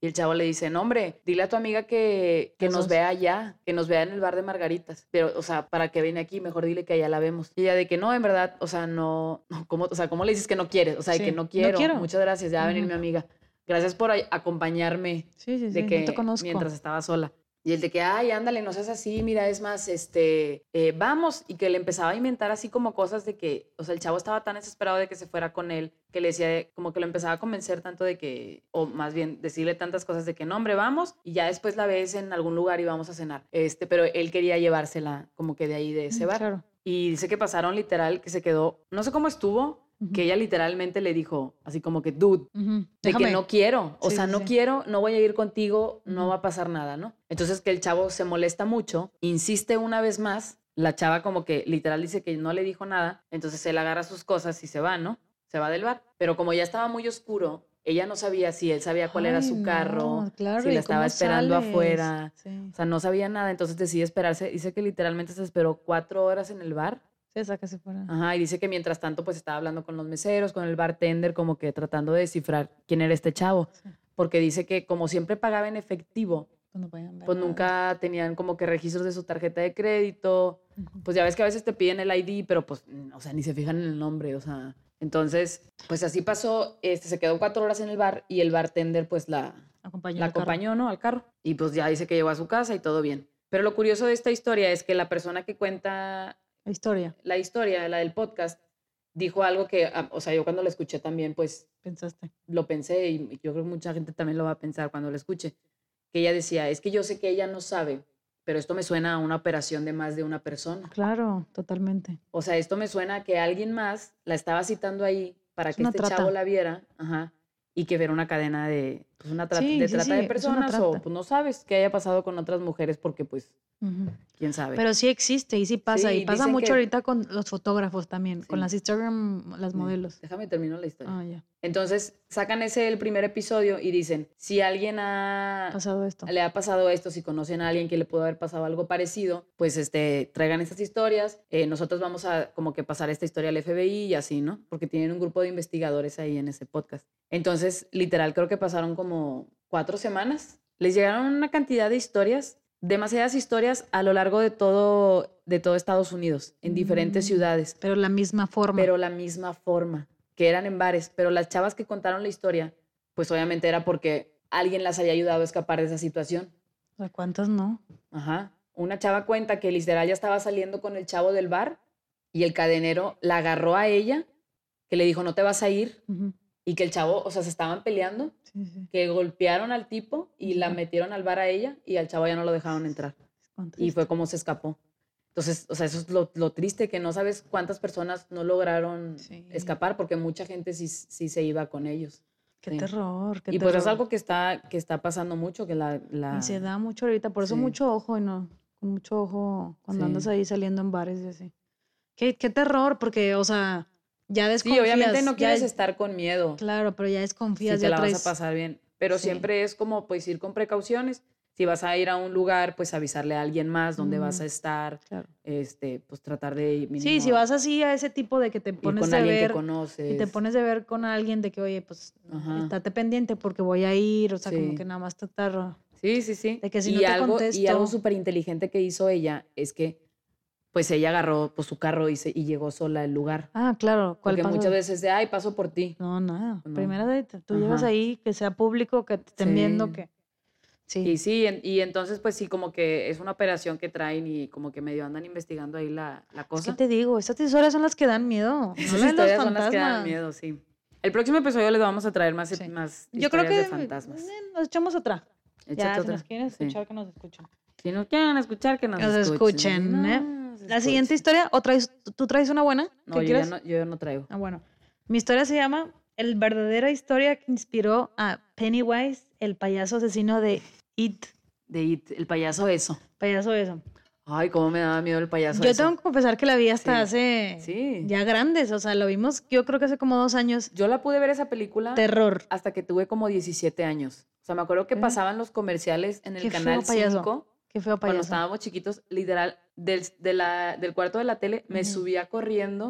Y el chavo le dice, no, hombre, dile a tu amiga que, que Los nos dos. vea allá, que nos vea en el bar de Margaritas. Pero, o sea, para que viene aquí, mejor dile que allá la vemos. Y ella de que no, en verdad, o sea, no, no ¿cómo, o sea, ¿cómo le dices que no quieres? O sea, de Sí, que no no quiero. quiero. Muchas gracias, ya va a venir Ujú. mi amiga. Gracias por ay- acompañarme Sí, sí, de sí, que no te conozco. mientras estaba sola. Y el de que, ay, ándale, no seas así, mira, es más, este, eh, vamos. Y que le empezaba a inventar así como cosas de que, o sea, el chavo estaba tan desesperado de que se fuera con él, que le decía, como que lo empezaba a convencer tanto de que, o más bien decirle tantas cosas de que, no, hombre, vamos, y ya después la ves en algún lugar y vamos a cenar. Este, pero él quería llevársela como que de ahí, de ese Mm, bar. claro. Y dice que pasaron literal, que se quedó, no sé cómo estuvo, Ujú. que ella literalmente le dijo, así como que, dude, Ujú. de Déjame. que no quiero, o Sí, sea, sí, no sí. quiero, no voy a ir contigo, no Ujú. va a pasar nada, ¿no? Entonces que el chavo se molesta mucho, insiste una vez más, la chava como que literal dice que no le dijo nada, entonces él agarra sus cosas y se va, ¿no? Se va del bar, pero como ya estaba muy oscuro, ella no sabía si él sabía cuál era Ay, su carro, no, claro, si la ¿y estaba cómo esperando sales? afuera, Sí. o sea, no sabía nada, entonces decide esperarse, dice que literalmente se esperó cuatro horas en el bar. Sí, esa que se fuera. Ajá, y dice que mientras tanto pues estaba hablando con los meseros, con el bartender, como que tratando de descifrar quién era este chavo, Sí. porque dice que como siempre pagaba en efectivo, Pues no podían ver pues nada. nunca tenían como que registros de su tarjeta de crédito, Ujú. pues ya ves que a veces te piden el I D, pero pues, o sea, ni se fijan en el nombre, o sea, entonces, pues así pasó, este, se quedó cuatro horas en el bar y el bartender pues la, Acompañó la al carro. acompañó, ¿no? Al carro, y pues ya dice que llegó a su casa y todo bien. Pero lo curioso de esta historia es que la persona que cuenta La historia, la historia, la del podcast, dijo algo que, ah, o sea, yo cuando lo escuché también, pues pensaste. lo pensé y yo creo que mucha gente también lo va a pensar cuando lo escuche, que ella decía, es que yo sé que ella no sabe, pero esto me suena a una operación de más de una persona. Claro, totalmente. O sea, esto me suena a que alguien más la estaba citando ahí para Es que una este trata. chavo la viera, ajá, y que era una cadena de, pues una trata, Sí, de sí, trata sí, de es una personas o trata. pues no sabes qué haya pasado con otras mujeres porque pues, Ujú. quién sabe. Pero sí existe y sí pasa. Sí, Y pasa dicen mucho que- ahorita con los fotógrafos también, con Sí. las Instagram, las Sí, modelos. Déjame terminar la historia. Ah, ya. Entonces sacan ese el primer episodio y dicen, si alguien ha, Pasado esto. le ha pasado esto, si conocen a alguien que le pudo haber pasado algo parecido, pues este, traigan estas historias. Eh, nosotros vamos a como que pasar esta historia al F B I y así, ¿no? Porque tienen un grupo de investigadores ahí en ese podcast. Entonces, literal, creo que pasaron como cuatro semanas. Les llegaron una cantidad de historias, demasiadas historias a lo largo de todo, de todo Estados Unidos, en diferentes Mm, ciudades, Pero la misma forma. pero la misma forma, que eran en bares, pero las chavas que contaron la historia, pues obviamente era porque alguien las haya ayudado a escapar de esa situación. O sea, ¿cuántas no? Ajá. Una chava cuenta que literal ya estaba saliendo con el chavo del bar y el cadenero la agarró a ella, que le dijo, no te vas a ir, Ujú. y que el chavo, o sea, se estaban peleando, Sí, sí. que golpearon al tipo y la Ujú. metieron al bar a ella y al chavo ya no lo dejaron entrar. Cuán Y triste. fue como se escapó. Entonces, o sea, eso es lo, lo triste, que no sabes cuántas personas no lograron Sí. escapar porque mucha gente sí, sí se iba con ellos. Qué Sí. terror, qué Y pues es terror. algo que está, que está pasando mucho, que la... la Y se da mucho ahorita, por eso Sí. mucho ojo y no, con mucho ojo cuando Sí. andas ahí saliendo en bares y así. Qué, qué terror, porque, o sea, ya Sí, desconfías. obviamente no ya- quieres estar con miedo. Claro, pero ya Si desconfías, te ya la traes. vas a pasar bien. Pero Sí. siempre es como, pues, ir con precauciones. Si vas a ir a un lugar, pues avisarle a alguien más dónde vas a Mm, estar. Claro. Este, pues tratar de mínimo Sí, si vas así a ese tipo de que te ir pones con de alguien ver que conoces. y te pones de ver con alguien de que, oye, pues, Ajá. estate pendiente porque voy a ir, o sea, como Sí. que nada más tratar. Sí, sí, sí. De que si y, no te algo, y algo contesto- súper inteligente que hizo ella es que, pues ella agarró pues, su carro y, se, y llegó sola al lugar. Ah, claro, ¿cuál Porque pasa? muchas veces de, ay, paso por ti. No, nada. No. Primera date, tú llegas Ajá. ahí, que sea público, que te estén Sí. viendo, que... Sí. Y sí, en- y entonces pues sí, como que es una operación que traen y como que medio andan investigando ahí la, la Es cosa. que te digo, estas historias son las que dan miedo. Esas No las de los historias son las que dan fantasmas. miedo, sí. El próximo episodio les vamos a traer más, Sí. más Yo creo historias que de fantasmas. eh, nos echamos otra. Échate Ya, si otra. nos quieren Sí. escuchar, que nos escuchen. Si nos quieren escuchar, que nos, Que nos escuchen, No, ¿eh? nos La siguiente escuchen. historia, ¿o traes, tú traes una buena? No, ¿Qué yo quieres? ya no, yo ya no traigo. Ah, bueno. Mi historia se llama El verdadera historia que inspiró a Pennywise, el payaso asesino de It. De It, el payaso eso. Payaso eso. Ay, cómo me daba miedo el payaso Yo eso. tengo que confesar que la vi hasta Sí. hace Sí. ya grandes, o sea, lo vimos yo creo que hace como dos años. Yo la pude ver esa película Terror. hasta que tuve como diecisiete años. O sea, me acuerdo que ¿Eh? pasaban los comerciales en el Qué feo canal payaso. cinco. Qué feo Cuando payaso. estábamos chiquitos, literal, del, de la, del cuarto de la tele me Ujú. subía corriendo,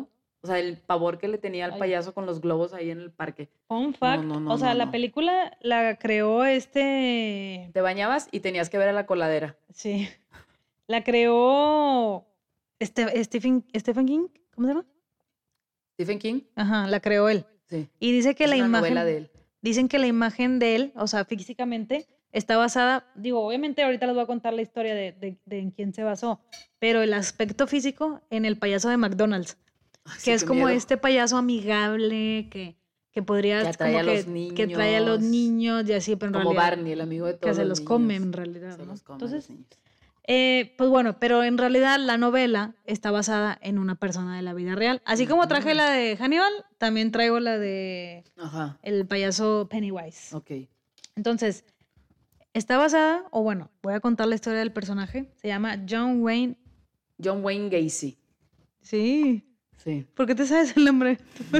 O sea, el pavor que le tenía al Ay. payaso con los globos ahí en el parque. Fun fact, No, no, no, o sea, no, la no. película la creó este... Te bañabas y tenías que ver a la coladera. Sí. La creó este, Stephen, Stephen King, ¿cómo se llama? Stephen King. Ajá, la creó él. Sí. Y dice que Es la una imagen... novela de él. Dicen que la imagen de él, o sea, físicamente, está basada, digo, obviamente ahorita les voy a contar la historia de, de, de en quién se basó, pero el aspecto físico en el payaso de McDonald's, Ay, sí, que es qué como miedo. este payaso amigable que, que podría, Que atrae como a que, los que trae a los niños. niños y así, pero en Como realidad Barney, el amigo de que todos se los los come niños. en realidad, Se ¿no? los come a los Entonces, niños. eh, pues bueno, pero en realidad la novela está basada en una persona de la vida real. Así como traje Ujú. la de Hannibal, también traigo la de Ajá. el payaso Pennywise. Ok. Entonces, está basada, o bueno, voy a contar la historia del personaje. Se llama John Wayne. John Wayne Gacy. Sí. Sí. ¿Por qué te sabes el nombre?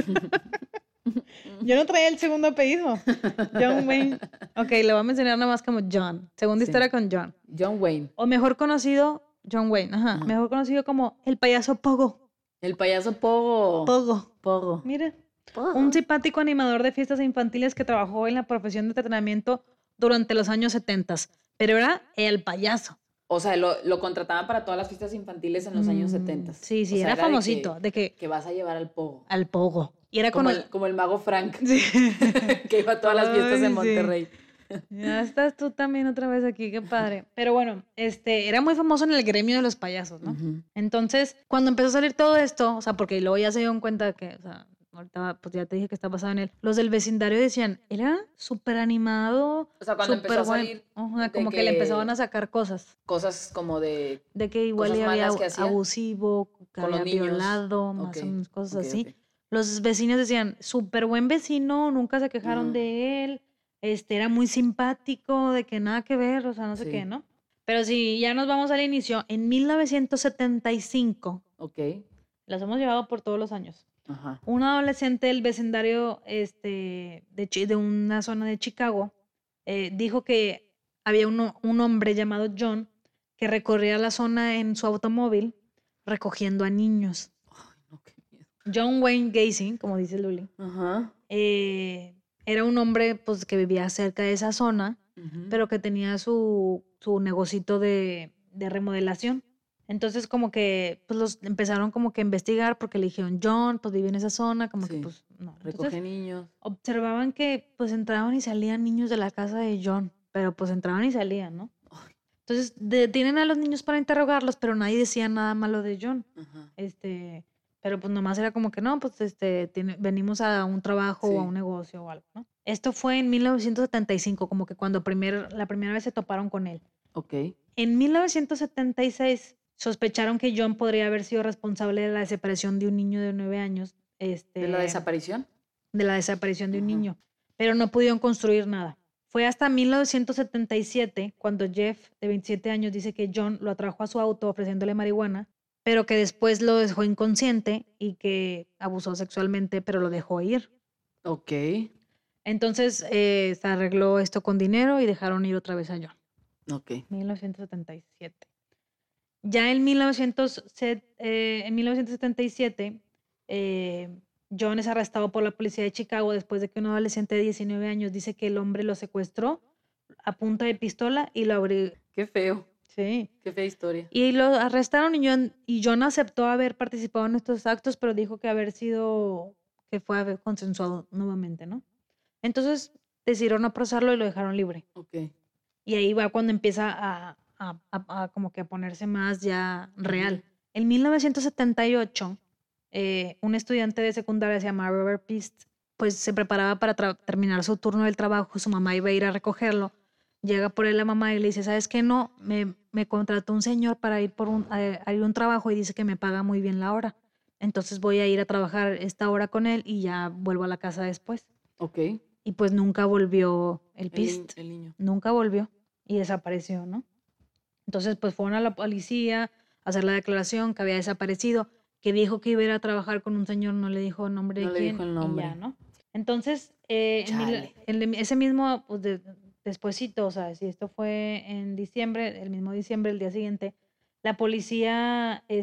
Yo no traía el segundo apellido. John Wayne. Ok, le voy a mencionar nada más como John. Segunda Sí. historia con John. John Wayne. O mejor conocido, John Wayne. Ajá. Ajá. Mejor conocido como el payaso Pogo. El payaso Pogo. Pogo. Pogo. Mira. Pogo. Un simpático animador de fiestas infantiles que trabajó en la profesión de entretenimiento durante los años setenta. Pero era el payaso. O sea, lo, lo contrataban para todas las fiestas infantiles en los años Mm, setenta. Sí, sí, O sea, era de famosito. que, De que, que vas a llevar al Pogo. al Pogo. Y era Como con el, como el mago Frank, Sí. que iba a todas las fiestas Ay, en sí. Monterrey. Ya estás tú también otra vez aquí, qué padre. Pero bueno, este, era muy famoso en el gremio de los payasos, ¿no? Ujú. Entonces, cuando empezó a salir todo esto, o sea, porque luego ya se dieron cuenta que, o sea, ahorita pues ya te dije que está basado en él, los del vecindario decían, era súper animado, O sea, cuando súper empezó a bueno. salir Ajá, de como que... que- le empezaban a sacar cosas, Cosas como de de que igual cosas y había malas que hacía abusivo, que con los había niños. violado, más Ok, o menos cosas ok, así. ok. Los vecinos decían, súper buen vecino, nunca se quejaron Ajá. de él, este, era muy simpático, de que nada que ver, o sea, no sé Sí. qué, ¿no? Pero sí, ya nos vamos al inicio. En mil novecientos setenta y cinco, Ok. las hemos llevado por todos los años, Ajá. un adolescente del vecindario este, de, Chi- de una zona de Chicago eh, dijo que había uno- un hombre llamado John que recorría la zona en su automóvil recogiendo a niños. Ay, no, qué miedo. John Wayne Gacy, como dice Luli, Ajá. eh, era un hombre pues, que vivía cerca de esa zona, Ujú. pero que tenía su, su negocito de, de remodelación. Entonces como que pues los empezaron como que a investigar porque le dijeron, John, pues vive en esa zona, como que Sí. pues no. Recoge Entonces niños. observaban que pues entraban y salían niños de la casa de John, pero pues entraban y salían, ¿no? Ay. Entonces detienen a los niños para interrogarlos, pero nadie decía nada malo de John. Ajá. Este, pero pues nomás era como que no, pues este, tiene- venimos a un trabajo o a Sí. un negocio o algo, ¿no? Esto fue en mil novecientos setenta y cinco, como que cuando primer, la primera vez se toparon con él. Ok. En mil novecientos setenta y seis sospecharon que John podría haber sido responsable de la desaparición de un niño de nueve años, este, ¿De la desaparición? de la desaparición de un Ajá. niño, pero no pudieron construir nada. Fue hasta mil novecientos setenta y siete cuando Jeff, de veintisiete años, dice que John lo atrajo a su auto ofreciéndole marihuana, pero que después lo dejó inconsciente y que abusó sexualmente, pero lo dejó ir. Ok. Entonces eh, se arregló esto con dinero y dejaron ir otra vez a John. Ok. mil novecientos setenta y siete. Ya en, mil novecientos, eh, en mil novecientos setenta y siete, eh, John es arrestado por la policía de Chicago después de que un adolescente de diecinueve años dice que el hombre lo secuestró a punta de pistola y lo abrió. Qué feo. Sí. Qué fea historia. Y lo arrestaron y John, y John aceptó haber participado en estos actos, pero dijo que haber sido, que fue haber consensuado nuevamente, ¿no? Entonces decidieron no procesarlo y lo dejaron libre. Ok. Y ahí va cuando empieza a, a, a, a como que a ponerse más ya real. Ujú. En mil novecientos setenta y ocho, eh, un estudiante de secundaria se llama Robert Pist, pues se preparaba para tra- terminar su turno del trabajo, su mamá iba a ir a recogerlo, llega por él la mamá y le dice, ¿sabes qué? No, me, me contrató un señor para ir por un, a, a ir a un trabajo y dice que me paga muy bien la hora. Entonces voy a ir a trabajar esta hora con él y ya vuelvo a la casa después. Ok. El, Y pues nunca volvió el ni- Pist. el niño. Nunca volvió y desapareció, ¿no? Entonces, pues fueron a la policía a hacer la declaración que había desaparecido, que dijo que iba a ir a trabajar con un señor, no le dijo el nombre No de le quién dijo el y nombre. ya, ¿no? Entonces, eh, en mil- Chale. en ese mismo, pues de- despuésito, o sea, si esto fue en diciembre, el mismo diciembre, el día siguiente, la policía es-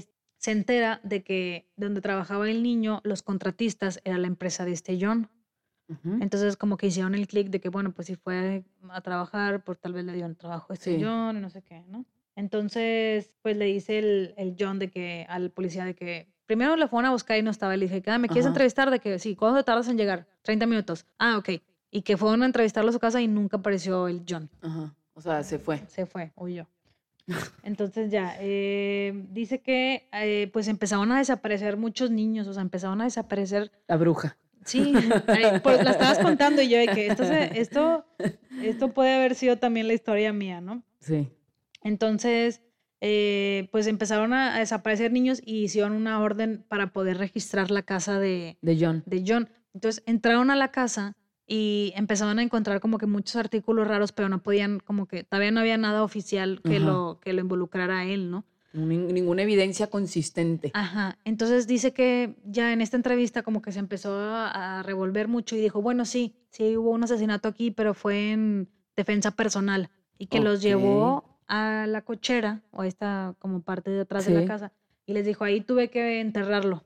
se entera de que donde trabajaba el niño, los contratistas era la empresa de este John. Ujú. Entonces como que hicieron el clic de que, bueno, pues si fue a trabajar, pues tal vez le dieron trabajo a este Sí. John, y no sé qué, ¿no? Entonces, pues le dice el, el John de que al policía de que primero le fueron a buscar y no estaba. Le dije, ah, ¿me quieres Ajá. entrevistar? De que sí, ¿cuándo te tardas en llegar? treinta minutos. Ah, ok. Y que fueron a entrevistarlo a su casa y nunca apareció el John. Ajá. O sea, se fue. Se fue, huyó. Entonces ya, eh, dice que eh, pues empezaron a desaparecer muchos niños, o sea, empezaron a desaparecer. La bruja. Sí, ay, pues la estabas contando y yo de que esto, se- esto, esto puede haber sido también la historia mía, ¿no? Sí. Entonces, eh, pues empezaron a, a desaparecer niños y hicieron una orden para poder registrar la casa de, De John. de John. Entonces entraron a la casa y empezaban a encontrar como que muchos artículos raros, pero no podían, como que todavía no había nada oficial que, Ajá. lo, que lo involucrara a él, ¿no? Nin- ninguna evidencia consistente. Ajá, entonces dice que ya en esta entrevista como que se empezó a, a revolver mucho y dijo, bueno, sí, sí hubo un asesinato aquí, pero fue en defensa personal y que los Ok. llevó a la cochera o a esta como parte de atrás de la Sí. casa y les dijo, ahí tuve que enterrarlo,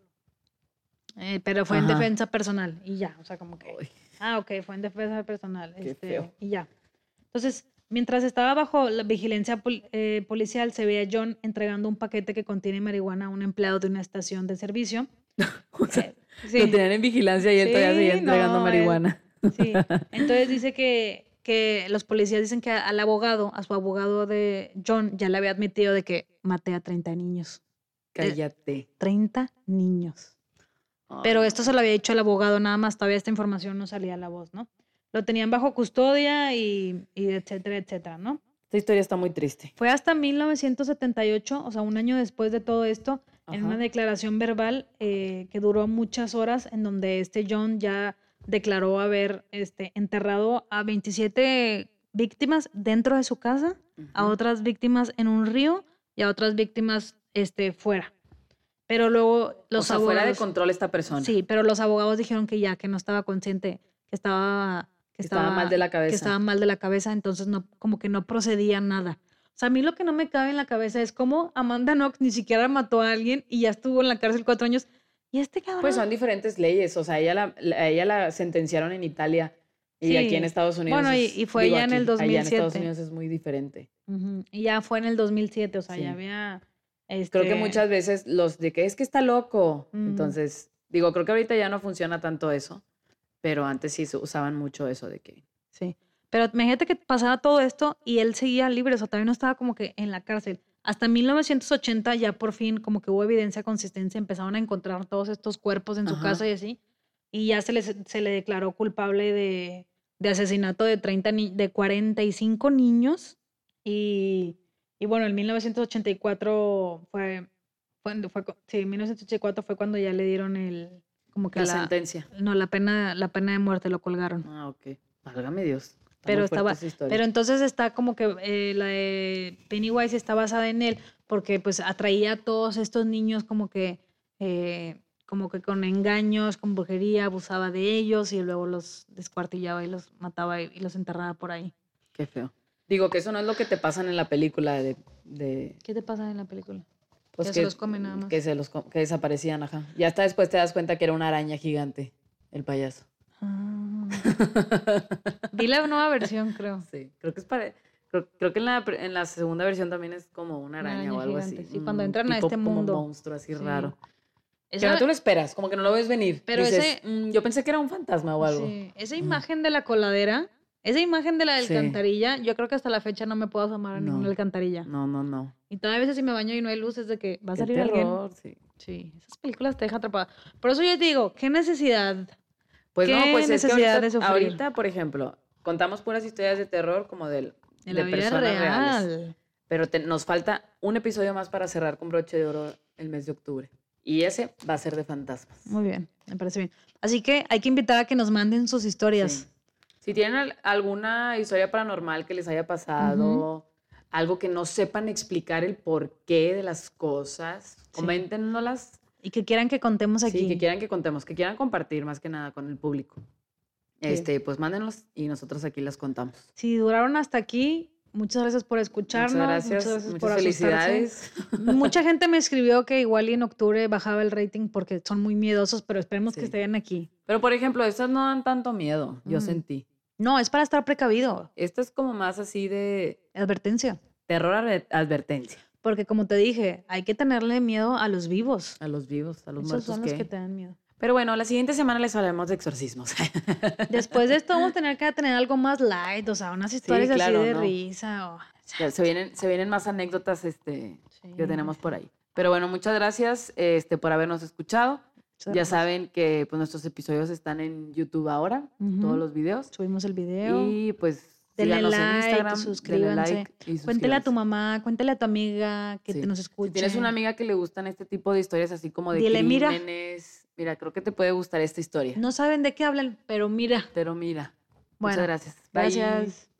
eh, pero fue en Ajá. defensa personal y ya, o sea, como que, Uy, ah, ok, fue en defensa personal, qué este, feo. y ya. Entonces, mientras estaba bajo la vigilancia pol- eh, policial, se ve a John entregando un paquete que contiene marihuana a un empleado de una estación de servicio. O sea, Eh, lo sí, tenían en vigilancia y él todavía seguía sí, entregando no, él, marihuana. sí. Entonces dice que, que los policías dicen que al abogado, a su abogado de John, ya le había admitido de que maté a treinta niños. Eh, Cállate. treinta niños. Ay, Pero esto se no. lo había dicho el abogado, nada más, todavía esta información no salía a la voz, ¿no? Lo tenían bajo custodia y, y etcétera, etcétera, ¿no? Esta historia está muy triste. Fue hasta mil novecientos setenta y ocho, o sea, un año después de todo esto, en una Ajá. declaración verbal eh, que duró muchas horas, en donde este John ya declaró haber este, enterrado a veintisiete víctimas dentro de su casa, a Ujú. otras víctimas en un río y a otras víctimas este, fuera. Pero luego O los sea, fuera de abogados... control esta persona. Sí, pero los abogados dijeron que ya, que no estaba consciente, que estaba, que Que estaba mal de la que cabeza. estaba mal de la cabeza, entonces no, como que no procedía nada. O sea, a mí lo que no me cabe en la cabeza es cómo Amanda Knox ni siquiera mató a alguien y ya estuvo en la cárcel cuatro años. Y este cabrón. Pues son diferentes leyes. O sea, ella la, la- a ella la sentenciaron en Italia y Sí. aquí en Estados Unidos. Bueno, y- es- y fue digo, ya en el aquí, allá en Estados dos mil siete. Unidos es muy diferente. Ujú, y ya fue en el dos mil siete, o sea, Sí. ya había. Creo que Este, muchas veces los de que es que está loco. Mm. Entonces, digo, creo que ahorita ya no funciona tanto eso, pero antes sí se usaban mucho eso de que... Sí. Pero imagínate que pasaba todo esto y él seguía libre, o sea, todavía no estaba como que en la cárcel. Hasta mil novecientos ochenta ya por fin como que hubo evidencia consistente, empezaron a encontrar todos estos cuerpos en su Ajá. casa y así, y ya se le, se le declaró culpable de, de asesinato de, treinta ni- de cuarenta y cinco niños y, y bueno, en mil novecientos ochenta y cuatro fue, fue, fue, cu- sí, en mil novecientos ochenta y cuatro fue cuando ya le dieron el, como que La la, sentencia. no, la pena, la pena de muerte, lo colgaron. Ah, ok. Válgame Dios. Está Pero muy fuerte estaba, esa historia. pero entonces está como que eh, la de Pennywise está basada en él porque pues atraía a todos estos niños como que eh, como que con engaños, con brujería, abusaba de ellos y luego los descuartillaba y los mataba y, y los enterraba por ahí. Qué feo. Digo que eso no es lo que te pasan en la película de... de ¿Qué te pasa en la película? pues Que que, se los comen nada más. Que, se los, co- que desaparecían, ajá. Y hasta después te das cuenta que era una araña gigante, el payaso. Ah. Vi la nueva versión, creo. Sí, creo que es para... Creo, creo que en la, pr- en la segunda versión también es como una Una araña, araña o algo gigante, así. sí, cuando un entran a tipo este como mundo. monstruo así Sí. raro. Que Esa- no te lo esperas, como que no lo ves venir. Pero Dices, ese- "Mm, yo pensé que era un fantasma o algo". Sí, esa imagen de la coladera, esa imagen de la Sí. alcantarilla, yo creo que hasta la fecha no me puedo asomar a No. ninguna alcantarilla. No, no, no. Y todavía a veces si me baño y no hay luz es de que va a Qué salir alguien. terror, sí. Sí, esas películas te dejan atrapada. Por eso yo te digo, ¿qué necesidad? Pues no, ¿Qué pues es que necesidad ahorita, de sufrir? ahorita, por ejemplo, contamos puras historias de terror como del, De la vida personas reales. real. Pero te- nos falta un episodio más para cerrar con broche de oro el mes de octubre. Y ese va a ser de fantasmas. Muy bien, me parece bien. Así que hay que invitar a que nos manden sus historias. Sí. Si tienen al- alguna historia paranormal que les haya pasado, algo que no sepan explicar el porqué de las cosas, Sí. coméntenoslas. Y que quieran que contemos aquí. Sí, que quieran que contemos, que quieran compartir más que nada con el público. Sí. Este, pues mándenlos y nosotros aquí las contamos. Si duraron hasta aquí, Muchas gracias por escucharnos. Muchas gracias, muchas, gracias muchas por felicidades. asustarse. Mucha gente me escribió que igual y en octubre bajaba el rating porque son muy miedosos, pero esperemos Sí. que estén aquí. Pero, por ejemplo, estas no dan tanto miedo, yo Mm. sentí. No, es para estar precavido. Esta es como más así de Advertencia. terror adver- advertencia Porque como te dije, hay que tenerle miedo a los vivos. a los vivos, a los Esos muertos son los que... que te dan miedo. Pero bueno, la siguiente semana les hablaremos de exorcismos. Después de esto vamos a tener que tener algo más light, o sea, unas historias claro, así de ¿no? risa. O... Ya, se, vienen, se vienen más anécdotas este, Sí. que tenemos por ahí. Pero bueno, muchas gracias este, por habernos escuchado. Muchas Ya gracias. saben que pues, nuestros episodios están en YouTube ahora, Ujú. todos los videos. Subimos el video. Y pues Denle síganos en like, Instagram, denle suscríbanse. like y Cuéntele a tu suscríbanse. mamá, cuéntele a tu amiga que Sí. te nos escuche. Si tienes una amiga que le gustan este tipo de historias así como de Dile, mira. crímenes, mira, creo que te puede gustar esta historia. No saben de qué hablan, pero mira. Pero mira, Bueno, muchas gracias. Bye. gracias.